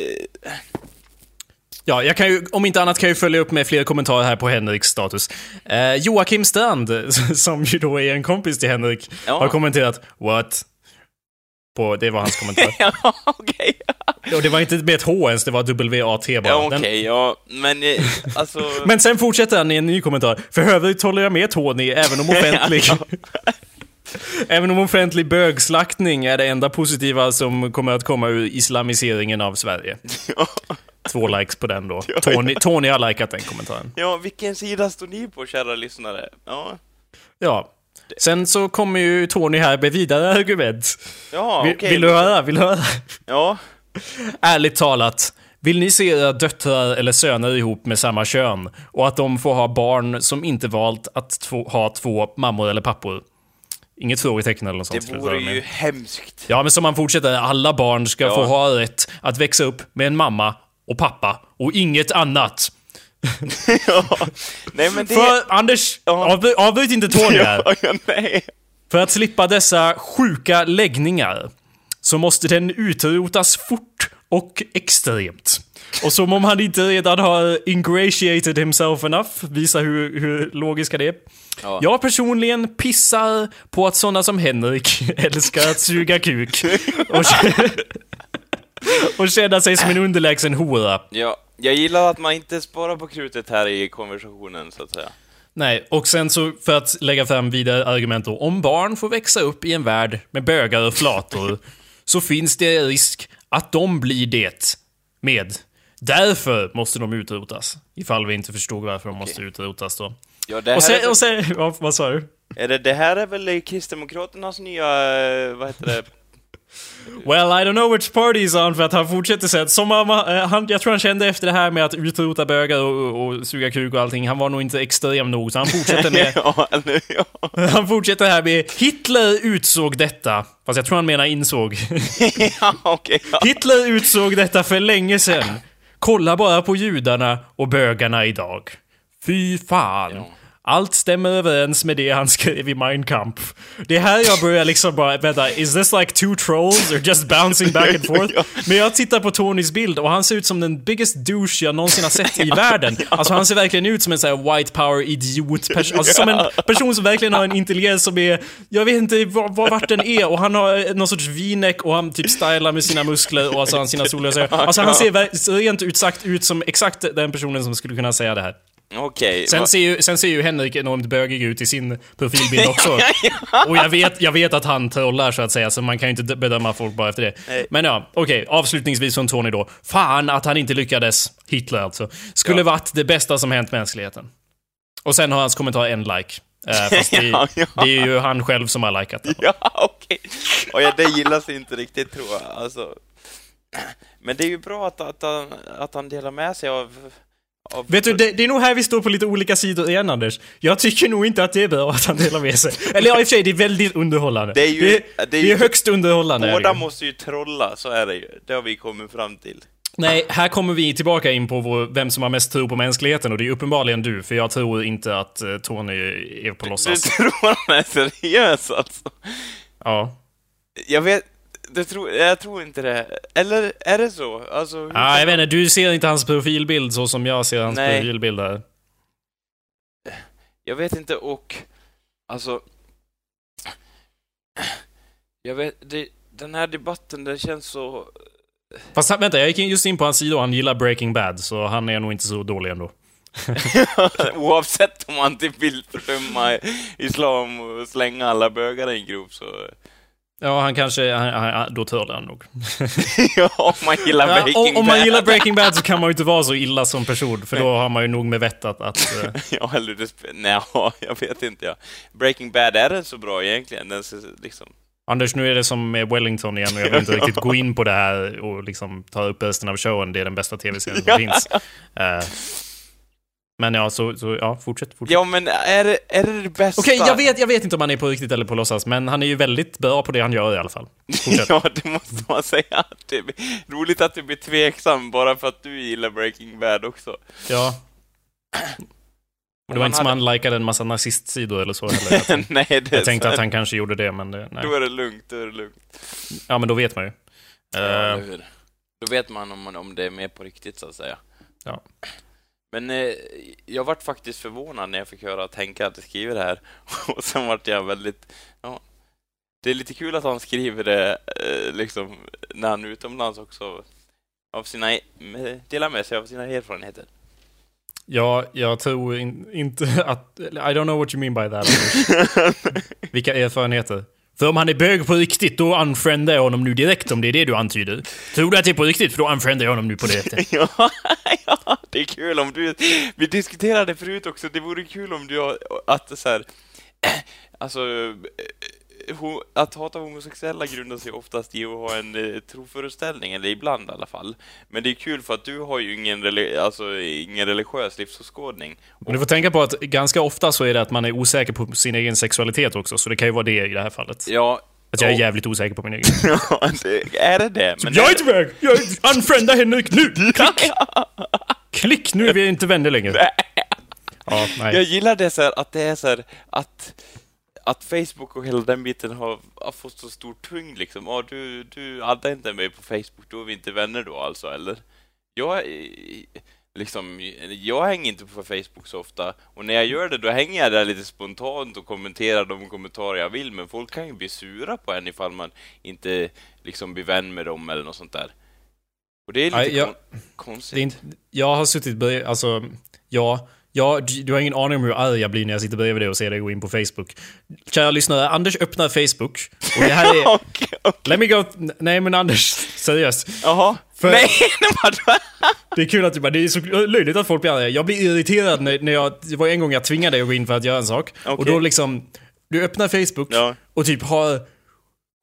Ja, jag kan ju, om inte annat kan jag följa upp med fler kommentarer här på Henriks status. Joakim Strand, som ju då är en kompis till Henrik, har kommenterat what? Det var hans kommentar. Ja, okej. Och det var inte med ett H ens, det var W-A-T bara. Ja, okej, men alltså... Men sen fortsätter han i en ny kommentar. För övrigt håller jag med Tony, även om offentlig... Även om offentlig bögslaktning är det enda positiva som kommer att komma ur islamiseringen av Sverige. 2 likes på den då. Tony har likat den kommentaren. Ja, vilken sida står ni på, kära lyssnare? Ja. Sen så kommer ju Tony här med vidare argument. Ja, okej. Vill du höra? Ja. Ärligt talat, vill ni se era döttrar eller söner ihop med samma kön och att de får ha barn som inte valt att ha 2 mammor eller pappor? Inget frågetecken eller något sånt. Det vore ju hemskt. Ja, men som man fortsätter, alla barn ska få ha rätt att växa upp med en mamma och pappa och inget annat. Nej, men det... För Anders, avbryt inte Tony här. Nej. För att slippa dessa sjuka läggningar så måste den utrotas fort och extremt. Och som om han inte redan har ingratiated himself enough, visa hur logiska det är. Ja. Jag personligen pissar på att sådana som Henrik älskar att suga kuk och känna sig som en underlägsen hora. Ja, jag gillar att man inte sparar på krutet här i konversationen, så att säga. Nej, och sen så för att lägga fram vidare argument då, om barn får växa upp i en värld med bögar och flator så finns det risk att de blir det med. Därför måste de utrotas. Ifall vi inte förstod varför de måste utrotas då. Ja, det här vad sa du? Det här är väl Kristdemokraternas nya, vad heter det? Well, I don't know which party is on, för att han fortsätter säga att jag tror han kände efter det här med att utrota bögar och suga kuk och allting, han var nog inte extrem nog, så han fortsätter med han fortsätter här med Hitler utsåg detta, fast jag tror han menar insåg. Hitler utsåg detta för länge sedan. Kolla bara på judarna och bögarna idag. Fy fan. Allt stämmer överens med det han skrev i Mein Kampf. Det här jag börjar liksom bara, vänta, is this like two trolls or just bouncing back and forth? Men jag tittar på Tonys bild och han ser ut som den biggest douche jag någonsin har sett i världen. Alltså han ser verkligen ut som en sån här white power idiot person. Alltså som en person som verkligen har en intelligens som är, jag vet inte vart den är, och han har någon sorts v-neck och han typ stylar med sina muskler och alltså han sina solglasögon. Alltså han ser rent ut sagt ut som exakt den personen som skulle kunna säga det här. Okej. Sen ser ju Henrik enormt bögig ut i sin profilbild också. Och jag vet att han trollar så att säga, så man kan ju inte bedöma folk bara efter det. Nej. Men ja, okej, avslutningsvis från Tony då. Fan att han inte lyckades, Hitler alltså. Skulle varit det bästa som hänt mänskligheten. Och sen har hans kommentar en like. Fast det är ju han själv som har likat den. Ja, okej. Och det gillas inte riktigt, tror jag. Alltså. Men det är ju bra att han delar med sig av... Vet du, det är nog här vi står på lite olika sidor igen, Anders. Jag tycker nog inte att det är bra att han delar med sig. Eller ja, i och för sig, det är väldigt underhållande. Det är högst underhållande. Båda måste ju trolla, så är det ju. Det har vi kommit fram till. Nej, här kommer vi tillbaka in på vem som har mest tro på mänskligheten. Och det är uppenbarligen du, för jag tror inte att Tony är på låtsas. Du tror han är seriös alltså? Ja. Jag tror inte det. Eller är det så? Alltså, jag vet inte, du ser inte hans profilbild så som jag ser hans profilbild här. Jag vet inte, och alltså jag vet, den här debatten, den känns så... Fast vänta, jag gick just in på hans sida och han gillar Breaking Bad, så han är nog inte så dålig ändå. Oavsett om han typ vill fördöma islam och slänga alla bögar i en grop, så... Ja, han kanske... då törde han nog. Ja, om man gillar Breaking Bad. Om man gillar Breaking Bad så kan man ju inte vara så illa som person, för då har man ju nog med vett att... Ja, eller nej, jag vet inte. Ja. Breaking Bad, är den så bra egentligen? Den liksom... Anders, nu är det som med Wellington igen och jag vill inte riktigt gå in på det här och liksom ta upp resten av showen. Det är den bästa tv-serien som finns. Men ja, så ja, fortsätt. Ja, men är det bästa? Okej, jag vet inte om han är på riktigt eller på låtsas, men han är ju väldigt bra på det han gör i alla fall. Fortsätt. Ja, det måste man säga. Det är roligt att du blir tveksam bara för att du gillar Breaking Bad också. Ja. Och det var inte som han likade en massa nazistsidor eller så heller. Nej, jag tänkte att han kanske gjorde det, men nej. Då är det lugnt. Ja, men då vet man ju. Då vet man om det är med på riktigt, så att säga. Ja. Men jag vart faktiskt förvånad när jag fick höra att Henke hade skrivit det här. Och sen vart jag väldigt... Ja, det är lite kul att han skriver det liksom när han är utomlands också. Delar med sig av sina erfarenheter. Ja, jag tror inte att... I don't know what you mean by that. Vilka erfarenheter? För om han är bög på riktigt, då unfriendar jag honom nu direkt, om det är det du antyder. Tror du att det är på riktigt? För då unfriendar jag honom nu på det. Ja, det är kul om du... Vi diskuterade förut också, det vore kul om du... Att så här... Alltså... Att hata homosexuella grundar sig oftast i att ha en troföreställning, eller ibland i alla fall. Men det är kul för att du har ju ingen religiös livsåskådning. Och du får tänka på att ganska ofta så är det att man är osäker på sin egen sexualitet också, så det kan ju vara det i det här fallet. Ja. Att jag är jävligt osäker på min egen. Ja, är det? Men jag är inte väg! Jag unfriendar Henrik nu! Klick! Klick, nu är vi inte vänner längre. Ja, nej. Jag gillar det så här, att det är så här, att Facebook och hela den biten har fått så stor tyngd liksom. Ja, du hade inte mig på Facebook, då är vi inte vänner då alltså, eller? Jag hänger inte på Facebook så ofta, och när jag gör det, då hänger jag där lite spontant och kommenterar de kommentarer jag vill, men folk kan ju bli sura på en ifall man inte liksom blir vän med dem eller något sånt där. Och det är lite konstigt. Jag har suttit alltså, du har ingen aning om hur arg jag blir när jag sitter bredvid dig och ser dig gå in på Facebook. Kära lyssnare, Anders öppnar Facebook. Och det här är... okay. Let me go... Nej, men Anders, seriöst. Jaha. Nej, det är kul att det är så löjligt att folk blir arga. Jag blir irriterad när det var en gång jag tvingade dig att gå in för att göra en sak. Okay. Och då liksom... Du öppnar Facebook och typ har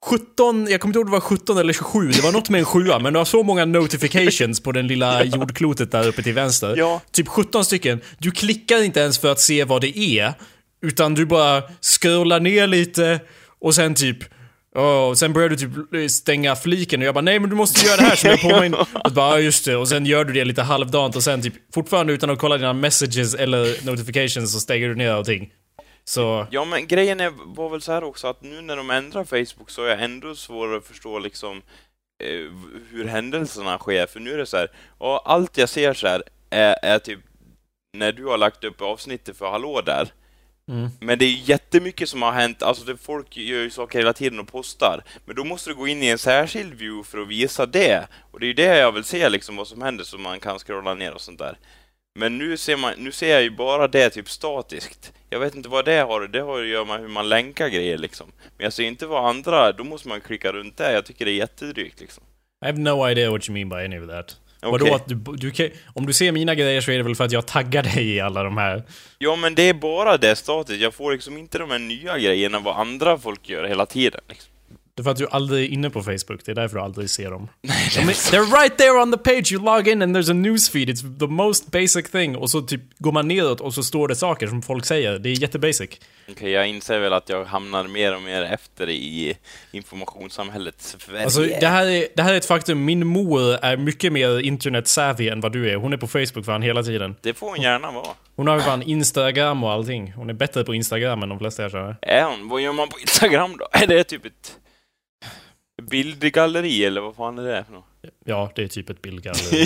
17, jag kommer inte ihåg det var 17 eller 27, det var något med en 7, men det var så många notifications på den lilla jordklotet där uppe till vänster. Ja. Typ 17 stycken. Du klickar inte ens för att se vad det är, utan du bara scrollar ner lite och sen typ sen börjar du typ stänga fliken och jag bara nej men du måste göra det här som jag påminner. Och bara just det, och sen gör du det lite halvdant och sen typ fortfarande utan att kolla dina messages eller notifications så stänger du ner allting. Så... Ja, men grejen var väl så här också att nu när de ändrar Facebook så är jag ändå svårare att förstå liksom hur händelserna sker. För nu är det så här, och allt jag ser så här är typ när du har lagt upp avsnittet för Hallå där. Men det är jättemycket som har hänt. Alltså folk gör ju saker hela tiden och postar. Men då måste du gå in i en särskild view för att visa det. Och det är ju det jag vill se liksom, vad som händer så man kan scrolla ner och sånt där. Men nu ser jag ju bara det typ statiskt. Jag vet inte vad det har att göra med hur man länkar grejer liksom. Men jag ser inte vad andra, då måste man klicka runt det. Jag tycker det är jättedrygt liksom. I have no idea what you mean by any of that. Okay. Vadå att om du ser mina grejer så är det väl för att jag taggar dig i alla de här. Ja, men det är bara det statiskt. Jag får liksom inte de här nya grejerna vad andra folk gör hela tiden liksom. Det är för att du aldrig är inne på Facebook. Det är därför du aldrig ser dem. They're right there on the page. You log in and there's a newsfeed. It's the most basic thing. Och så typ går man neråt och så står det saker som folk säger. Det är jättebasic. Okej, jag inser väl att jag hamnar mer och mer efter i informationssamhället Sverige. Alltså, det här är ett faktum. Min mor är mycket mer internet-savvy än vad du är. Hon är på Facebook fan hela tiden. Det får hon gärna vara. Hon har ju fan Instagram och allting. Hon är bättre på Instagram än de flesta jag känner. Är hon? Vad gör man på Instagram då? Är det typ ett bildgalleri eller vad fan är det för något? Ja, det är typ ett bildgalleri.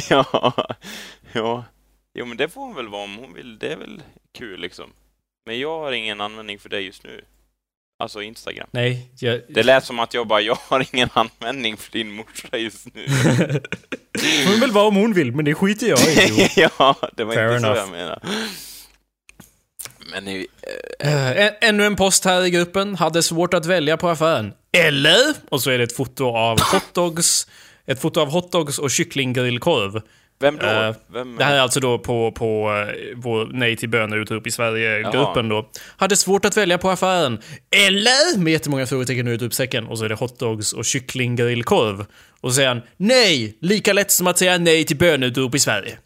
Ja. Jo, men det får hon väl vara om hon vill. Det är väl kul liksom. Men jag har ingen användning för det just nu. Alltså Instagram. Nej. Det lät som att jag har ingen användning för din morsa just nu. Hon vill vara om hon vill, men det skiter jag i. Ja, det var Fair inte enough. så jag menar. Men ännu en post här i gruppen. Hade svårt att välja på affären. Eller? Och så är det ett foto av hotdogs. Ett foto av hotdogs och kycklinggrillkorv. Vem då? Det här är alltså då på vår Nej till böner utrop i Sverige-gruppen då. Hade svårt att välja på affären. Eller? Med jättemånga frågetecken ut upp säcken. Och så är det hotdogs och kycklinggrillkorv. Och så säger han, nej! Lika lätt som att säga nej till bönutrop i Sverige.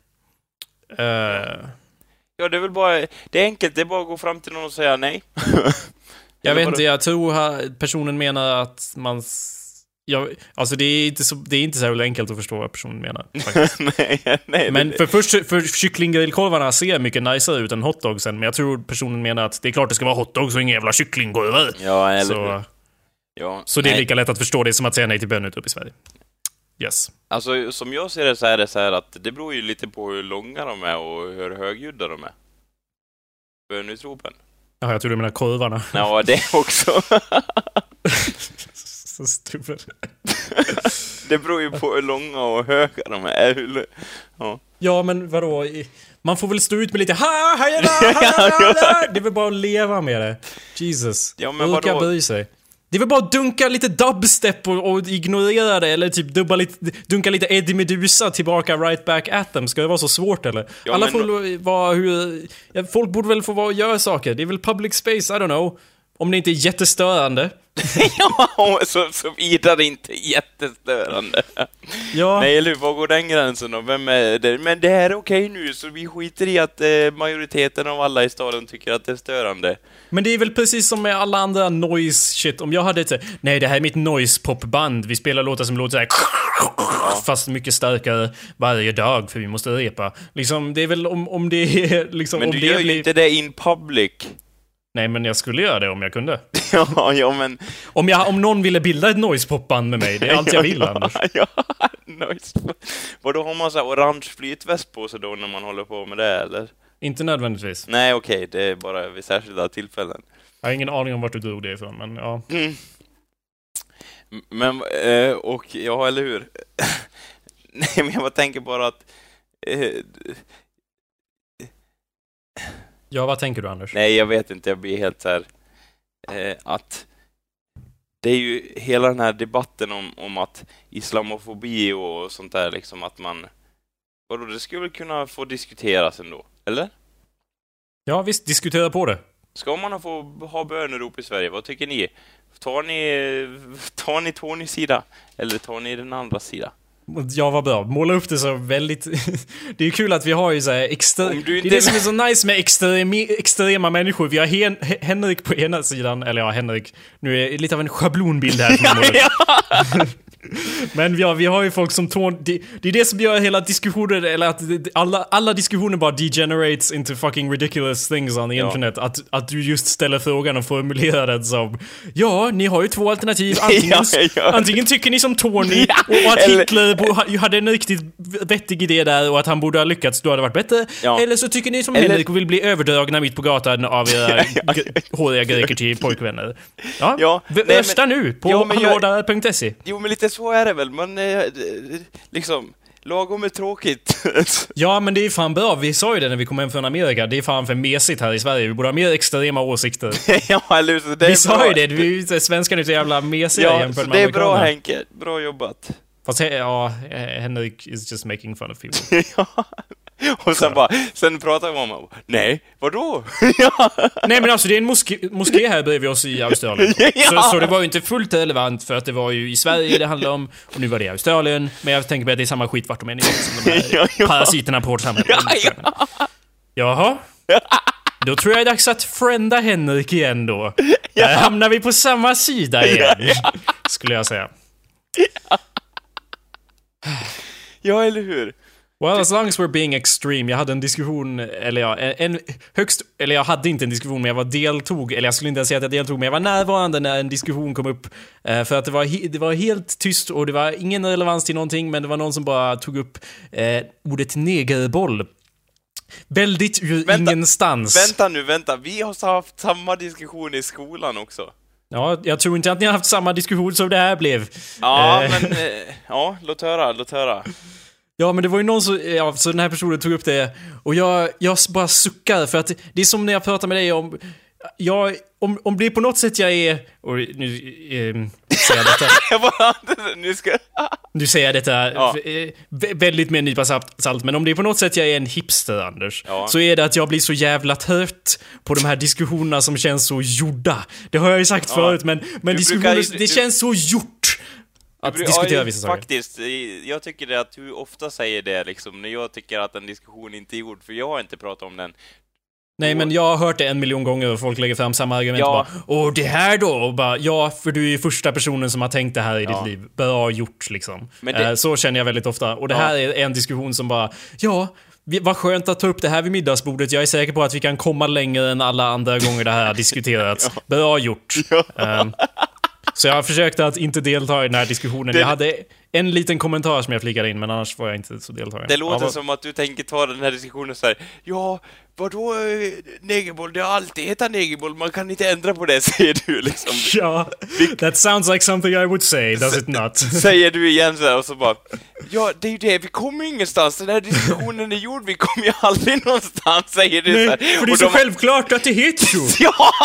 Ja, det är väl bara... Det är enkelt, det är bara att gå fram till någon och säga nej. Jag vet inte, jag tror personen menar att man... alltså det är inte så enkelt att förstå vad personen menar. nej, men för kycklinggrillkorvarna ser mycket niceare ut än hotdogsen. Men jag tror personen menar att det är klart det ska vara hotdogs och inga jävla kycklingkorvar. Ja, eller så det är lika lätt att förstå det som att säga nej till bönut upp i Sverige. Yes. Alltså, som jag ser det så är det så här att det beror ju lite på hur långa de är och hur högljudda de är. Bönutropen. Ja, jag tror du menar korvarna. Ja, det också. Så stupid. Det beror ju på hur långa och höga de är. Ja, men vadå? Man får väl stå ut med lite det är väl bara att leva med det. Jesus. Ja, men vadå? Bry sig. Det är väl bara att dunka lite dubstep och ignorera det. Eller typ dunka lite Eddie Meduza tillbaka right back at them. Ska det vara så svårt eller? Ja, alla får vara folk borde väl få vara och göra saker. Det är väl public space, I don't know. Om det inte är jättestörande. Ja, så vidare inte jättestörande. Ja. Nej, eller var går den gränsen då? Vem är det? Men det här är okej nu, så vi skiter i att majoriteten av alla i staden tycker att det är störande. Men det är väl precis som med alla andra noise shit. Om jag hade ett nej, det här är mitt noise popband. Vi spelar låtar som låter så här fast mycket starkare varje dag för vi måste repa. Liksom, det är väl om det är liksom... Men om du det gör ju inte det in public. Nej, men jag skulle göra det om jag kunde. Ja, men... Om någon ville bilda ett noise-popband med mig, det är allt jag vill, Anders. Ja, noise. Vadå, har man så här orange flytväst på sig då när man håller på med det, eller? Inte nödvändigtvis. Nej, okej, det är bara vid särskilda tillfällen. Jag har ingen aning om vart du drog det ifrån, men ja. Men, och ja, eller hur? Nej, men jag bara tänker bara att... Ja, vad tänker du, Anders? Nej, jag vet inte, jag blir helt så här... att det är ju hela den här debatten om att islamofobi och sånt där, liksom att man... Vadå, det skulle väl kunna få diskuteras ändå, eller? Ja, visst, diskutera på det. Ska man få ha bönerop i Sverige? Vad tycker ni? Tar ni Tonys sida? Eller tar ni den andra sida? Ja, vad bra. Måla upp det så väldigt... Det är ju kul att vi har ju så här det är det som är så nice med extrema människor. Vi har Henrik på ena sidan. Eller ja, Henrik. Nu är det lite av en schablonbild här. Men vi har ju folk som det är det som gör hela diskussionen, eller att alla diskussioner bara degenerates into fucking ridiculous things on the internet. Att du just ställer frågan och formulerar den som ni har ju två alternativ. Antingen tycker ni som Tony och att Hitler hade en riktigt vettig idé där och att han borde ha lyckats, då hade det varit bättre. Eller så tycker ni som Henrik och vill bli överdragna mitt på gatan av era håriga greker till pojkvänner. Rösta nu på hallåda.se. Jo, men lite så är det väl. Man liksom lagom är tråkigt. Ja, men det är fan bra. Vi sa ju det när vi kom hem från Amerika. Det är fan för mesigt här i Sverige. Vi borde ha mer extrema åsikter. Eller det är vi sa ju det. Svenskarna är så jävla mesiga jämfört med det är bra, Henke. Bra jobbat. Fast Henrik is just making fun of people. Och sen pratar vi om nej, vadå? Nej, men alltså det är en moské här bredvid oss i Australien. Så det var ju inte fullt relevant, för att det var ju i Sverige det handlade om, och nu var det i Australien. Men jag tänker mig att det är samma skit vart de än är, som de här parasiterna på vårt samhälle. Jaha. Då tror jag det är dags att frienda Henrik igen då. Där hamnar vi på samma sida igen, skulle jag säga. Ja, eller hur? Well, as long as we're being extreme. Jag hade en diskussion, jag hade inte en diskussion, men jag skulle inte säga att jag deltog, men jag var närvarande när en diskussion kom upp. För att det var helt tyst och det var ingen relevans till någonting, men det var någon som bara tog upp ordet negerboll. Väldigt ingenstans. Vänta. Vi har haft samma diskussion i skolan också. Ja, jag tror inte att ni har haft samma diskussion som det här blev. Ja, men... låt höra. Ja, men det var ju någon så den här personen tog upp det. Och jag bara suckar, för att det är som när jag pratar med dig om... Om det är på något sätt jag är... Och nu säger jag detta... Nu säger jag detta väldigt med en nypa salt. Men om det är på något sätt jag är en hipster, Anders, så är det att jag blir så jävla trött på de här diskussionerna som känns så gjorda. Det har jag ju sagt förut, men diskussioner, det känns så gjort att diskutera vissa saker. Faktiskt, jag tycker det att du ofta säger det liksom, när jag tycker att en diskussion inte är gjord, för jag har inte pratat om den. Nej, men jag har hört det 1 miljon gånger och folk lägger fram samma argument. Och det här då? Och bara, för du är ju första personen som har tänkt det här i ditt liv. Bra gjort, liksom. Så känner jag väldigt ofta. Och det här är en diskussion som bara, vad skönt att ta upp det här vid middagsbordet. Jag är säker på att vi kan komma längre än alla andra gånger det här har diskuterats. Bra gjort. Så jag försökte att inte delta i den här diskussionen. Jag hade en liten kommentar som jag flikade in, men annars var jag inte så deltagare. Det låter som att du tänker ta den här diskussionen så här. Vadå negerboll? Det har alltid hetat negerboll. Man kan inte ändra på det, säger du liksom. Ja, that sounds like something I would say, does it not? Säger du igen så här, och så bara... det är ju det, vi kommer ingenstans. Den här diskussionen är gjord, vi kommer ju aldrig någonstans, säger du. Nej, för det är så självklart att det heter så.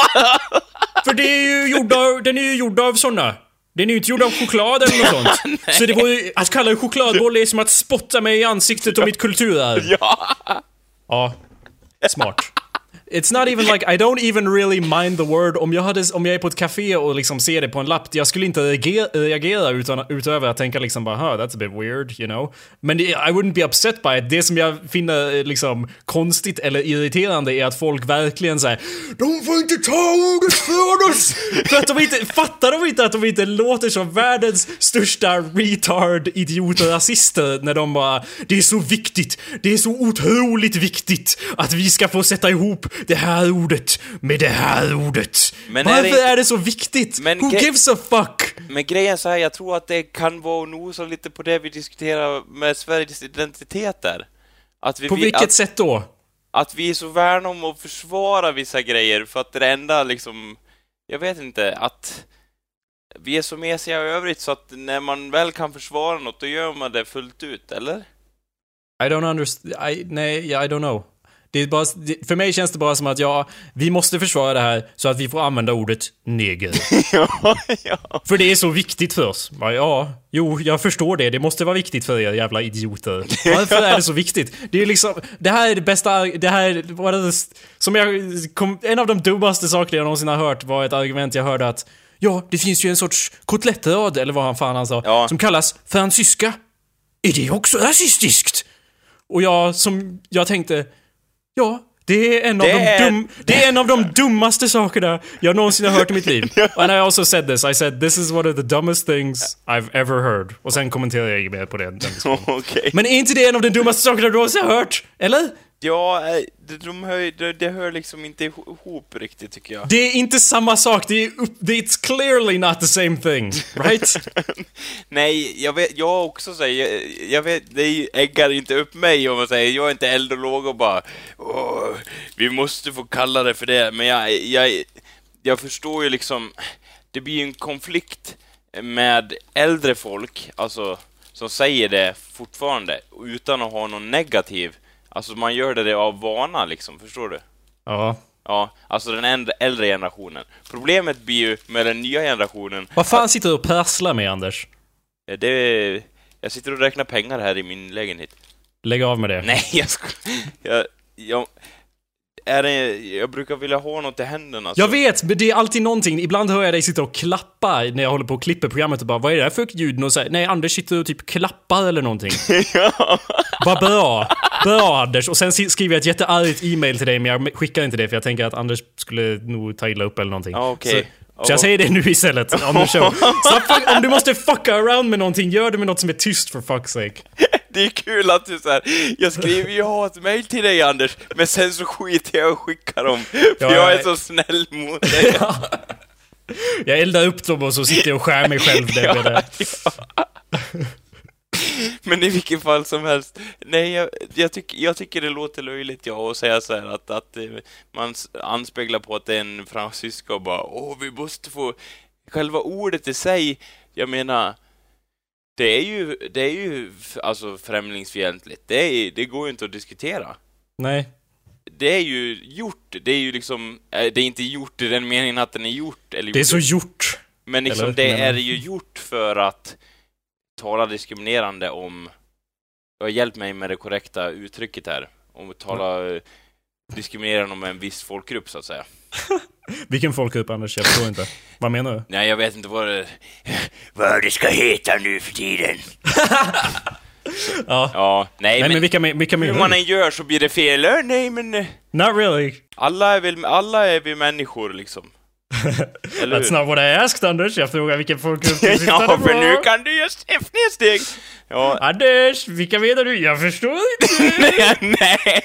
För den är ju gjord av såna. Den är ju inte gjord av choklad eller något sånt. Så det var ju, att kalla det chokladboll är som att spotta mig i ansiktet och mitt kulturarv. Ja, smart. It's not even like, I don't even really mind the word. Om jag är på ett café och liksom ser det på en lapp, jag skulle inte reagera utöver att tänka liksom bara, that's a bit weird, you know. Men I wouldn't be upset by it. Det som jag finner liksom konstigt eller irriterande är att folk verkligen säger, de får inte ta ordet för oss. För att de inte att de inte låter som världens största retard idioter rasister när de bara, det är så viktigt, det är så otroligt viktigt att vi ska få sätta ihop det här ordet med det här ordet. Men varför är det så viktigt? Who gives a fuck? Men grejen så här, jag tror att det kan vara nog så lite på det vi diskuterar med Sveriges identiteter. På vilket sätt då? Att vi är så värna om att försvara vissa grejer, för att det enda liksom, jag vet inte, att vi är så mesiga i övrigt så att när man väl kan försvara något, då gör man det fullt ut, eller? I don't understand. I don't know. Det är bara, för mig känns det bara som att vi måste försvara det här så att vi får använda ordet neger. Ja. För det är så viktigt för oss. Jo, jag förstår det. Det måste vara viktigt för er jävla idioter. Varför är det så viktigt? Det är liksom, det här är det bästa, det här var det som en av de dummaste sakerna jag någonsin har hört var ett argument jag hörde att det finns ju en sorts kotlettrad, eller vad han sa, som kallas fransyska. Är det också rasistiskt? Och jag tänkte, det är en av de dummaste sakerna jag någonsin har hört i mitt liv. And I also said this is one of the dumbest things I've ever heard. Och sen kommenterar jag mer på det. Okay. Men är inte det en av de dummaste sakerna du någonsin har hört? Eller? Ja, det hör liksom inte ihop riktigt, tycker jag. Det är inte samma sak. It's clearly not the same thing, right? Nej, jag också säger, jag vet, det äggar inte upp mig om man säger, jag är inte eldolog och bara, vi måste få kalla det för det, men jag förstår ju liksom, det blir ju en konflikt med äldre folk, alltså, som säger det fortfarande, utan att ha någon negativ. Alltså man gör det av vana liksom, förstår du? Ja. Ja, alltså den äldre generationen. Problemet blir ju med den nya generationen. Vad fan sitter du och perslar med, Anders? Jag sitter och räknar pengar här i min lägenhet. Lägg av med det. Nej, jag brukar vilja ha något i händerna. Jag vet, men det är alltid någonting. Ibland hör jag dig sitta och klappa när jag håller på och klipper programmet och bara, vad är det här för ljud? Och säger, nej, Anders sitter och typ klappar eller någonting. Ja. Vad bra Anders. Och sen skriver jag ett jätteargt e-mail till dig, men jag skickar inte det för jag tänker att Anders skulle nog ta illa upp eller någonting. Okay. Så jag säger det nu istället on the show. Så om du måste fucka around med någonting, gör det med något som är tyst, for fuck's sake. Det är kul att du såhär, jag skriver ju hatmejl till dig, Anders, men sen så skiter jag och skickar dem, för jag är så snäll mot dig. Ja. Jag eldar upp dem och så sitter jag och skär mig själv där. Men i vilken fall som helst, nej, jag tycker det låter löjligt att säga så här att man anspeglar på att det är en fransyska och bara, vi måste få själva ordet i sig, jag menar, det är ju alltså främlingsfientligt. Det går ju inte att diskutera. Nej. Det är ju gjort. Det är ju liksom, det är inte gjort i den meningen att den är gjort. Eller det är så gjort. Men liksom, det är ju gjort för att tala diskriminerande om... Jag har hjälpt mig med det korrekta uttrycket här. Om att tala diskriminerande om en viss folkgrupp, så att säga. Vilken folkgrupp, Anders? Jag förstår inte. Vad menar du? Nej, jag vet inte vad det ska heta nu för tiden. Ja. Nej, men vilka hur man än gör så blir det fel. Nej, men... Not really. Alla är vi människor, liksom. That's not what I asked, Anders. Jag frågar vilken folkgrupp du syftade på. För nu kan du just nedsteg. Ja. Anders, vilka menar du? Jag förstår inte. Nej.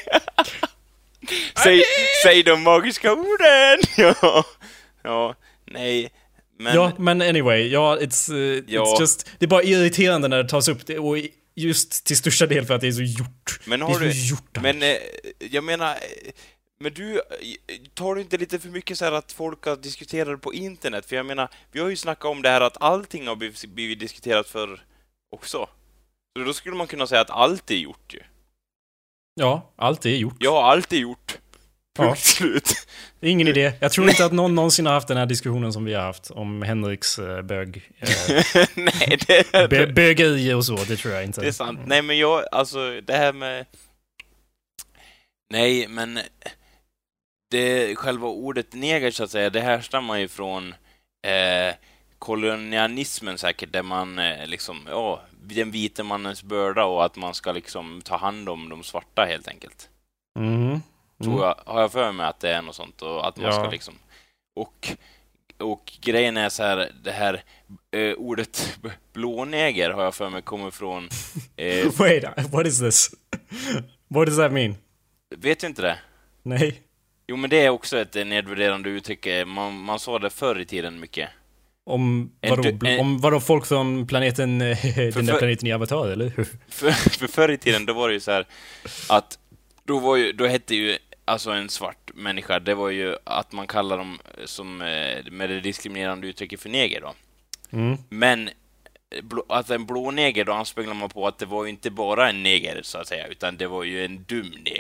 Säg de magiska orden. Ja, nej. Men anyway, it's just, det är bara irriterande när det tas upp, och just till största del för att det är så gjort. Men jag menar, men tar du inte lite för mycket så här att folk har diskuterat på internet? För jag menar, vi har ju snackat om det här att allting har blivit diskuterat för också. Så då skulle man punkt säga att allt är gjort ju. Ja, allt är gjort. Ja, allt är gjort. Punkt slut. Ingen idé. Jag tror inte att någon någonsin har haft den här diskussionen som vi har haft om Henriks bög. Nej, bögeri och så, det tror jag inte. Det är sant. Nej, men det här med... Nej, men det själva ordet neger, så att säga, det härstammar ju från kolonialismen säkert, där man liksom, den vita mannens börda och att man ska liksom ta hand om de svarta helt enkelt. Tror jag, har jag för mig att det är något sånt, och att man ska liksom, och grejen är så här, det här ordet blåneger har jag för mig kommer från Wait, what is this? What does that mean? Vet du inte det? Nej. Jo, men det är också ett nedvärderande uttryck. Man sa det förr i tiden mycket. Om vadå folk från planeten, den där planeten i Avatar, eller hur? För förr i tiden, då var det ju så här att då hette ju alltså en svart människa, det var ju att man kallar dem som med det diskriminerande uttrycket för neger då. Men att en blå neger, då anspeglar man på att det var ju inte bara en neger, så att säga, utan det var ju en dum neger.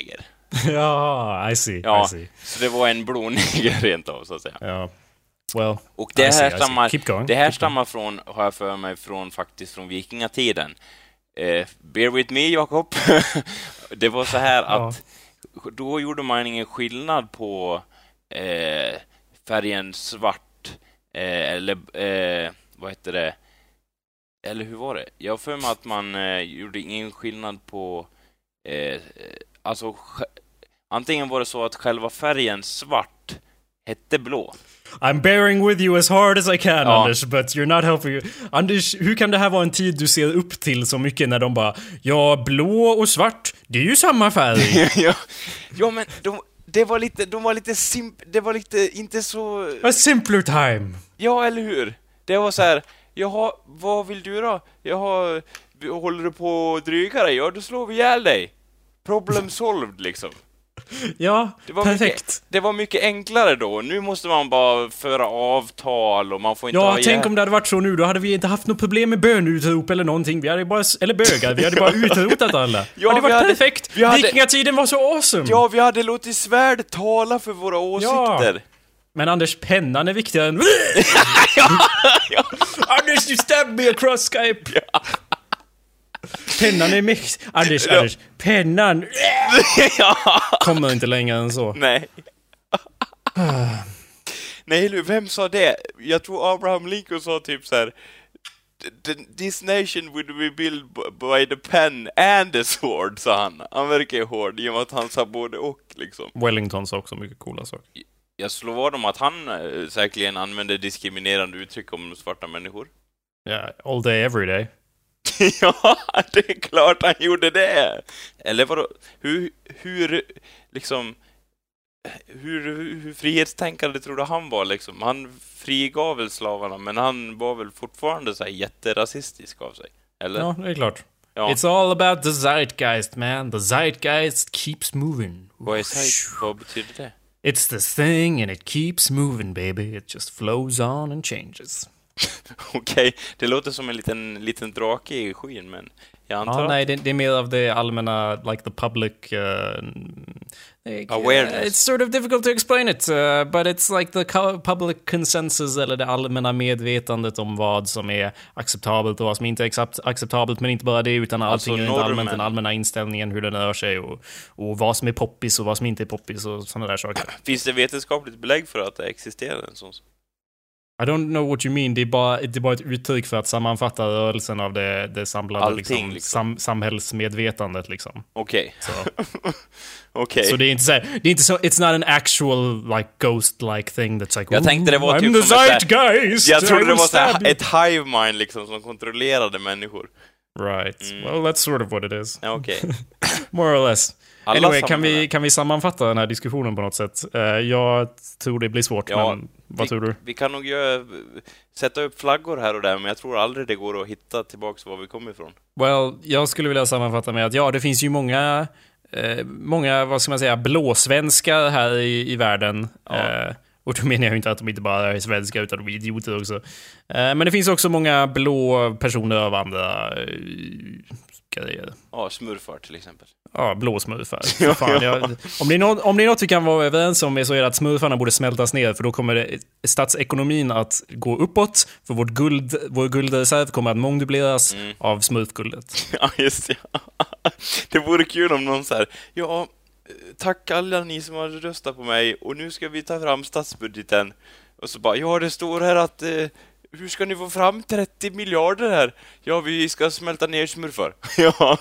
Ja, I see. Så det var en blåneger rent av, så att säga. Ja. Well, och det här stammar från, har jag för mig, faktiskt från vikingatiden. Bear with me, Jakob. Det var så här att då gjorde man ingen skillnad på färgen svart eller vad heter det? Eller hur var det? Jag har för mig att man gjorde ingen skillnad på alltså antingen var det så att själva färgen svart hette blå. I'm bearing with you as hard as I can, Anders, but you're not helping you. Anders, hur kan det här vara en tid du ser upp till så mycket när de bara, ja, blå och svart, det är ju samma färg. Ja, men det var lite inte så... A simpler time. Ja, eller hur? Det var så här, jaha, vad vill du då? Jaha, håller du på att dryga dig? Ja, då slår vi ihjäl dig. Problem solved, liksom. Ja, perfekt. Det var mycket enklare då. Nu måste man bara föra avtal och man får inte tänk om det hade varit så nu. Då hade vi inte haft något problem med bönutrop eller någonting. Vi hade bara, eller bögar, vi hade bara utrotat alla. Det hade varit perfekt. Vikingatiden var så awesome. Ja, vi hade låtit svärd tala för våra åsikter. Ja. Men Anders, pennan är viktigare än... Anders, you stabbed me across Skype. Ja. Pennan är mix. Anders, pennan kommer inte längre än så. Nej. Nej, vem sa det? Jag tror Abraham Lincoln sa typ så här: this nation would be built by the pen and the sword, sa han. Han verkar ju hård i och med att han sa både och, liksom. Wellington sa också mycket coola saker. Jag slår vad om att han säkerligen använde diskriminerande uttryck om svarta människor. Ja, all day, every day. Ja, det är klart han gjorde det. Eller vadå? Hur liksom hur frihetstänkande tror du han var, liksom? Han frigav väl slavarna, men han var väl fortfarande så här jätterasistisk av sig, eller? Ja, det är klart. Ja. It's all about the zeitgeist, man. The zeitgeist keeps moving. Vad betyder det? It's the thing and it keeps moving, baby. It just flows on and changes. Okej, det låter som en liten drake i skyn, men jag antar nej, det är mer av det allmänna, like the public awareness. It's sort of difficult to explain it, but it's like the public consensus, eller det allmänna medvetandet om vad som är acceptabelt och vad som inte är acceptabelt, men inte bara det, utan allting är inte allmänt, den allmänna inställningen, hur den rör sig och vad som är poppis och vad som inte är poppis och sådana där saker. Finns det vetenskapligt belägg för att det existerar en sån? I don't know what you mean. Det är bara ett uttryck för att sammanfatta rörelsen av det samlade liksom. Samhällsmedvetandet, liksom. Okej. Okay. Så det är inte så it's not an actual like ghost-like thing that's like, jag tänkte det var typ som zeitgeist. Jag trodde det var så här, ett hive mind, liksom, som kontrollerade människor. Right. Well, that's sort of what it is. Okay. More or less. Anyway, kan vi sammanfatta den här diskussionen på något sätt? Jag tror det blir svårt, men vad tror du? Vi kan nog sätta upp flaggor här och där, men jag tror aldrig det går att hitta tillbaks var vi kommer ifrån. Well, jag skulle vilja sammanfatta med att det finns ju många, vad ska man säga, blåsvenskar här i världen. Ja. Och då menar jag inte att de inte bara är svenskar, utan de är idioter också. Men det finns också många blå personer av andra grejer. Ja, smurfar till exempel. Ja, blå smurfar. Fan, om det är något vi kan vara överens om så är det att smurfarna borde smältas ner, för då kommer statsekonomin att gå uppåt, för vår guldreserv kommer att mångdubbleras av smurfguldet. Ja, just det. Det vore kul om någon så här, tack alla ni som har röstat på mig, och nu ska vi ta fram statsbudgeten. Och så bara, det står här att hur ska ni få fram 30 miljarder här? Ja, vi ska smälta ner smurfar. Ja.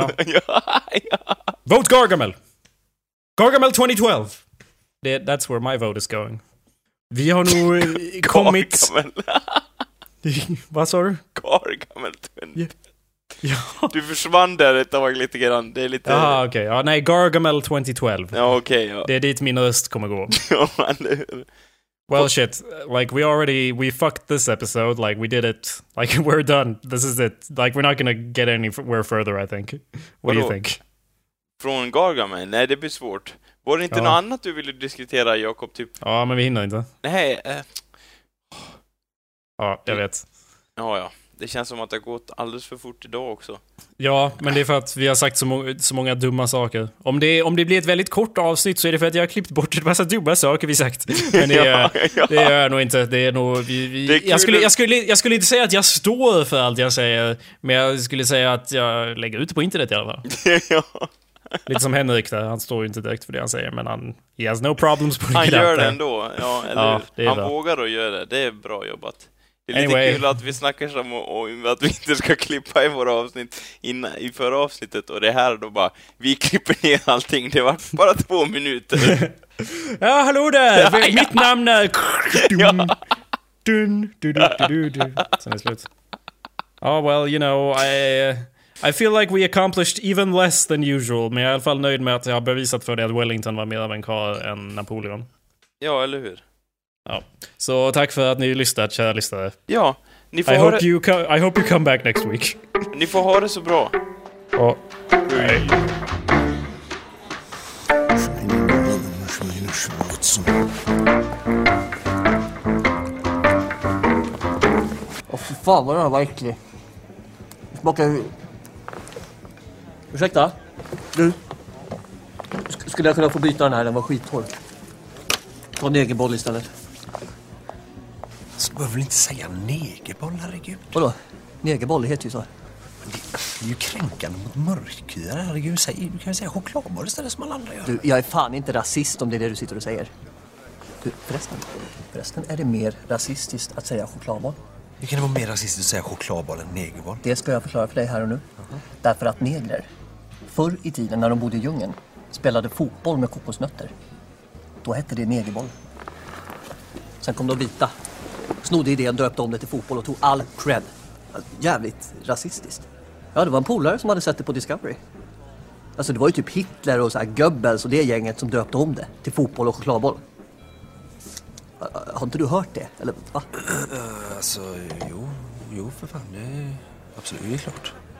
Vote Gargamel! Gargamel 2012! That's where my vote is going. Vi har nog kommit... Vad sa du? Gargamel 2012. Ja. Du försvann där ett tag lite grann. Det är lite... Jaha, okej. Ja, nej, Gargamel 2012. Ja, okej. Ja. Det är dit min röst kommer gå. Ja, well, shit. Like, we fucked this episode. Like, we did it. Like, we're done. This is it. Like, we're not gonna get anywhere further, I think. What do you think? Från Gargamel? Nej, det blir svårt. Var det inte något annat du ville diskutera, Jakob? Typ? Ja, men vi hinner inte. Nej. Ja, jag vet. Ja. det känns som att det har gått alldeles för fort idag också. Ja, men det är för att vi har sagt så många dumma saker. Om det blir ett väldigt kort avsnitt så är det för att jag har klippt bort en massa dumma saker vi sagt. Men det är nog inte. Det är nog... Jag skulle inte säga att jag står för allt jag säger, men jag skulle säga att jag lägger ut det på internet i alla fall. Ja. Lite som Henrik där, han står ju inte direkt för det han säger, men he has no problems på han gör det ändå, ja, eller hur? Han bra. Vågar att göra det är bra jobbat. Det är Anyway. lite kul att vi snackar som och att vi inte ska klippa i våra avsnitt i förra avsnittet, och det här då bara, vi klipper ner allting, det var bara 2 minuter. Ja, hallå där! Mitt namn är... Sen är det slut. Oh, well, you know, I feel like we accomplished even less than usual, men jag är i alla fall nöjd med att jag har bevisat för dig att Wellington var mer av en karl än Napoleon. Ja, eller hur? Ja. Så tack för att ni lyssnat, kära lyssnare. Ja, ni får I hope you come back next week. Ni får ha det så bra. Ja. Hej. Fy fan vad den här var äcklig. Smakar ju... Ursäkta? Du? Skulle jag kunna få byta den här? Den var skithård. Ta en negerboll istället. Så behöver väl inte säga negerboll, herregud. Vadå? Negerboll, det heter ju så. Det är ju kränkande mot mörkhyar, herregud. Du kan ju säga chokladboll istället som alla andra gör. Du, jag är fan inte rasist om det är det du sitter och säger. Du, förresten är det mer rasistiskt att säga chokladboll. Hur kan det vara mer rasistiskt att säga chokladboll än negerboll? Det ska jag förklara för dig här och nu. Därför att negrer, förr i tiden när de bodde i djungeln, spelade fotboll med kokosnötter. Då hette det negerboll. Sen kom de vita, snodde idén, döpte om det till fotboll och tog all cred. Jävligt rasistiskt. Ja, det var en polare som hade sett det på Discovery. Alltså det var ju typ Hitler och så här Goebbels och det gänget som döpte om det till fotboll och chokladboll. Har inte du hört det? Eller va? Alltså, jo för fan, det är absolut, det är klart.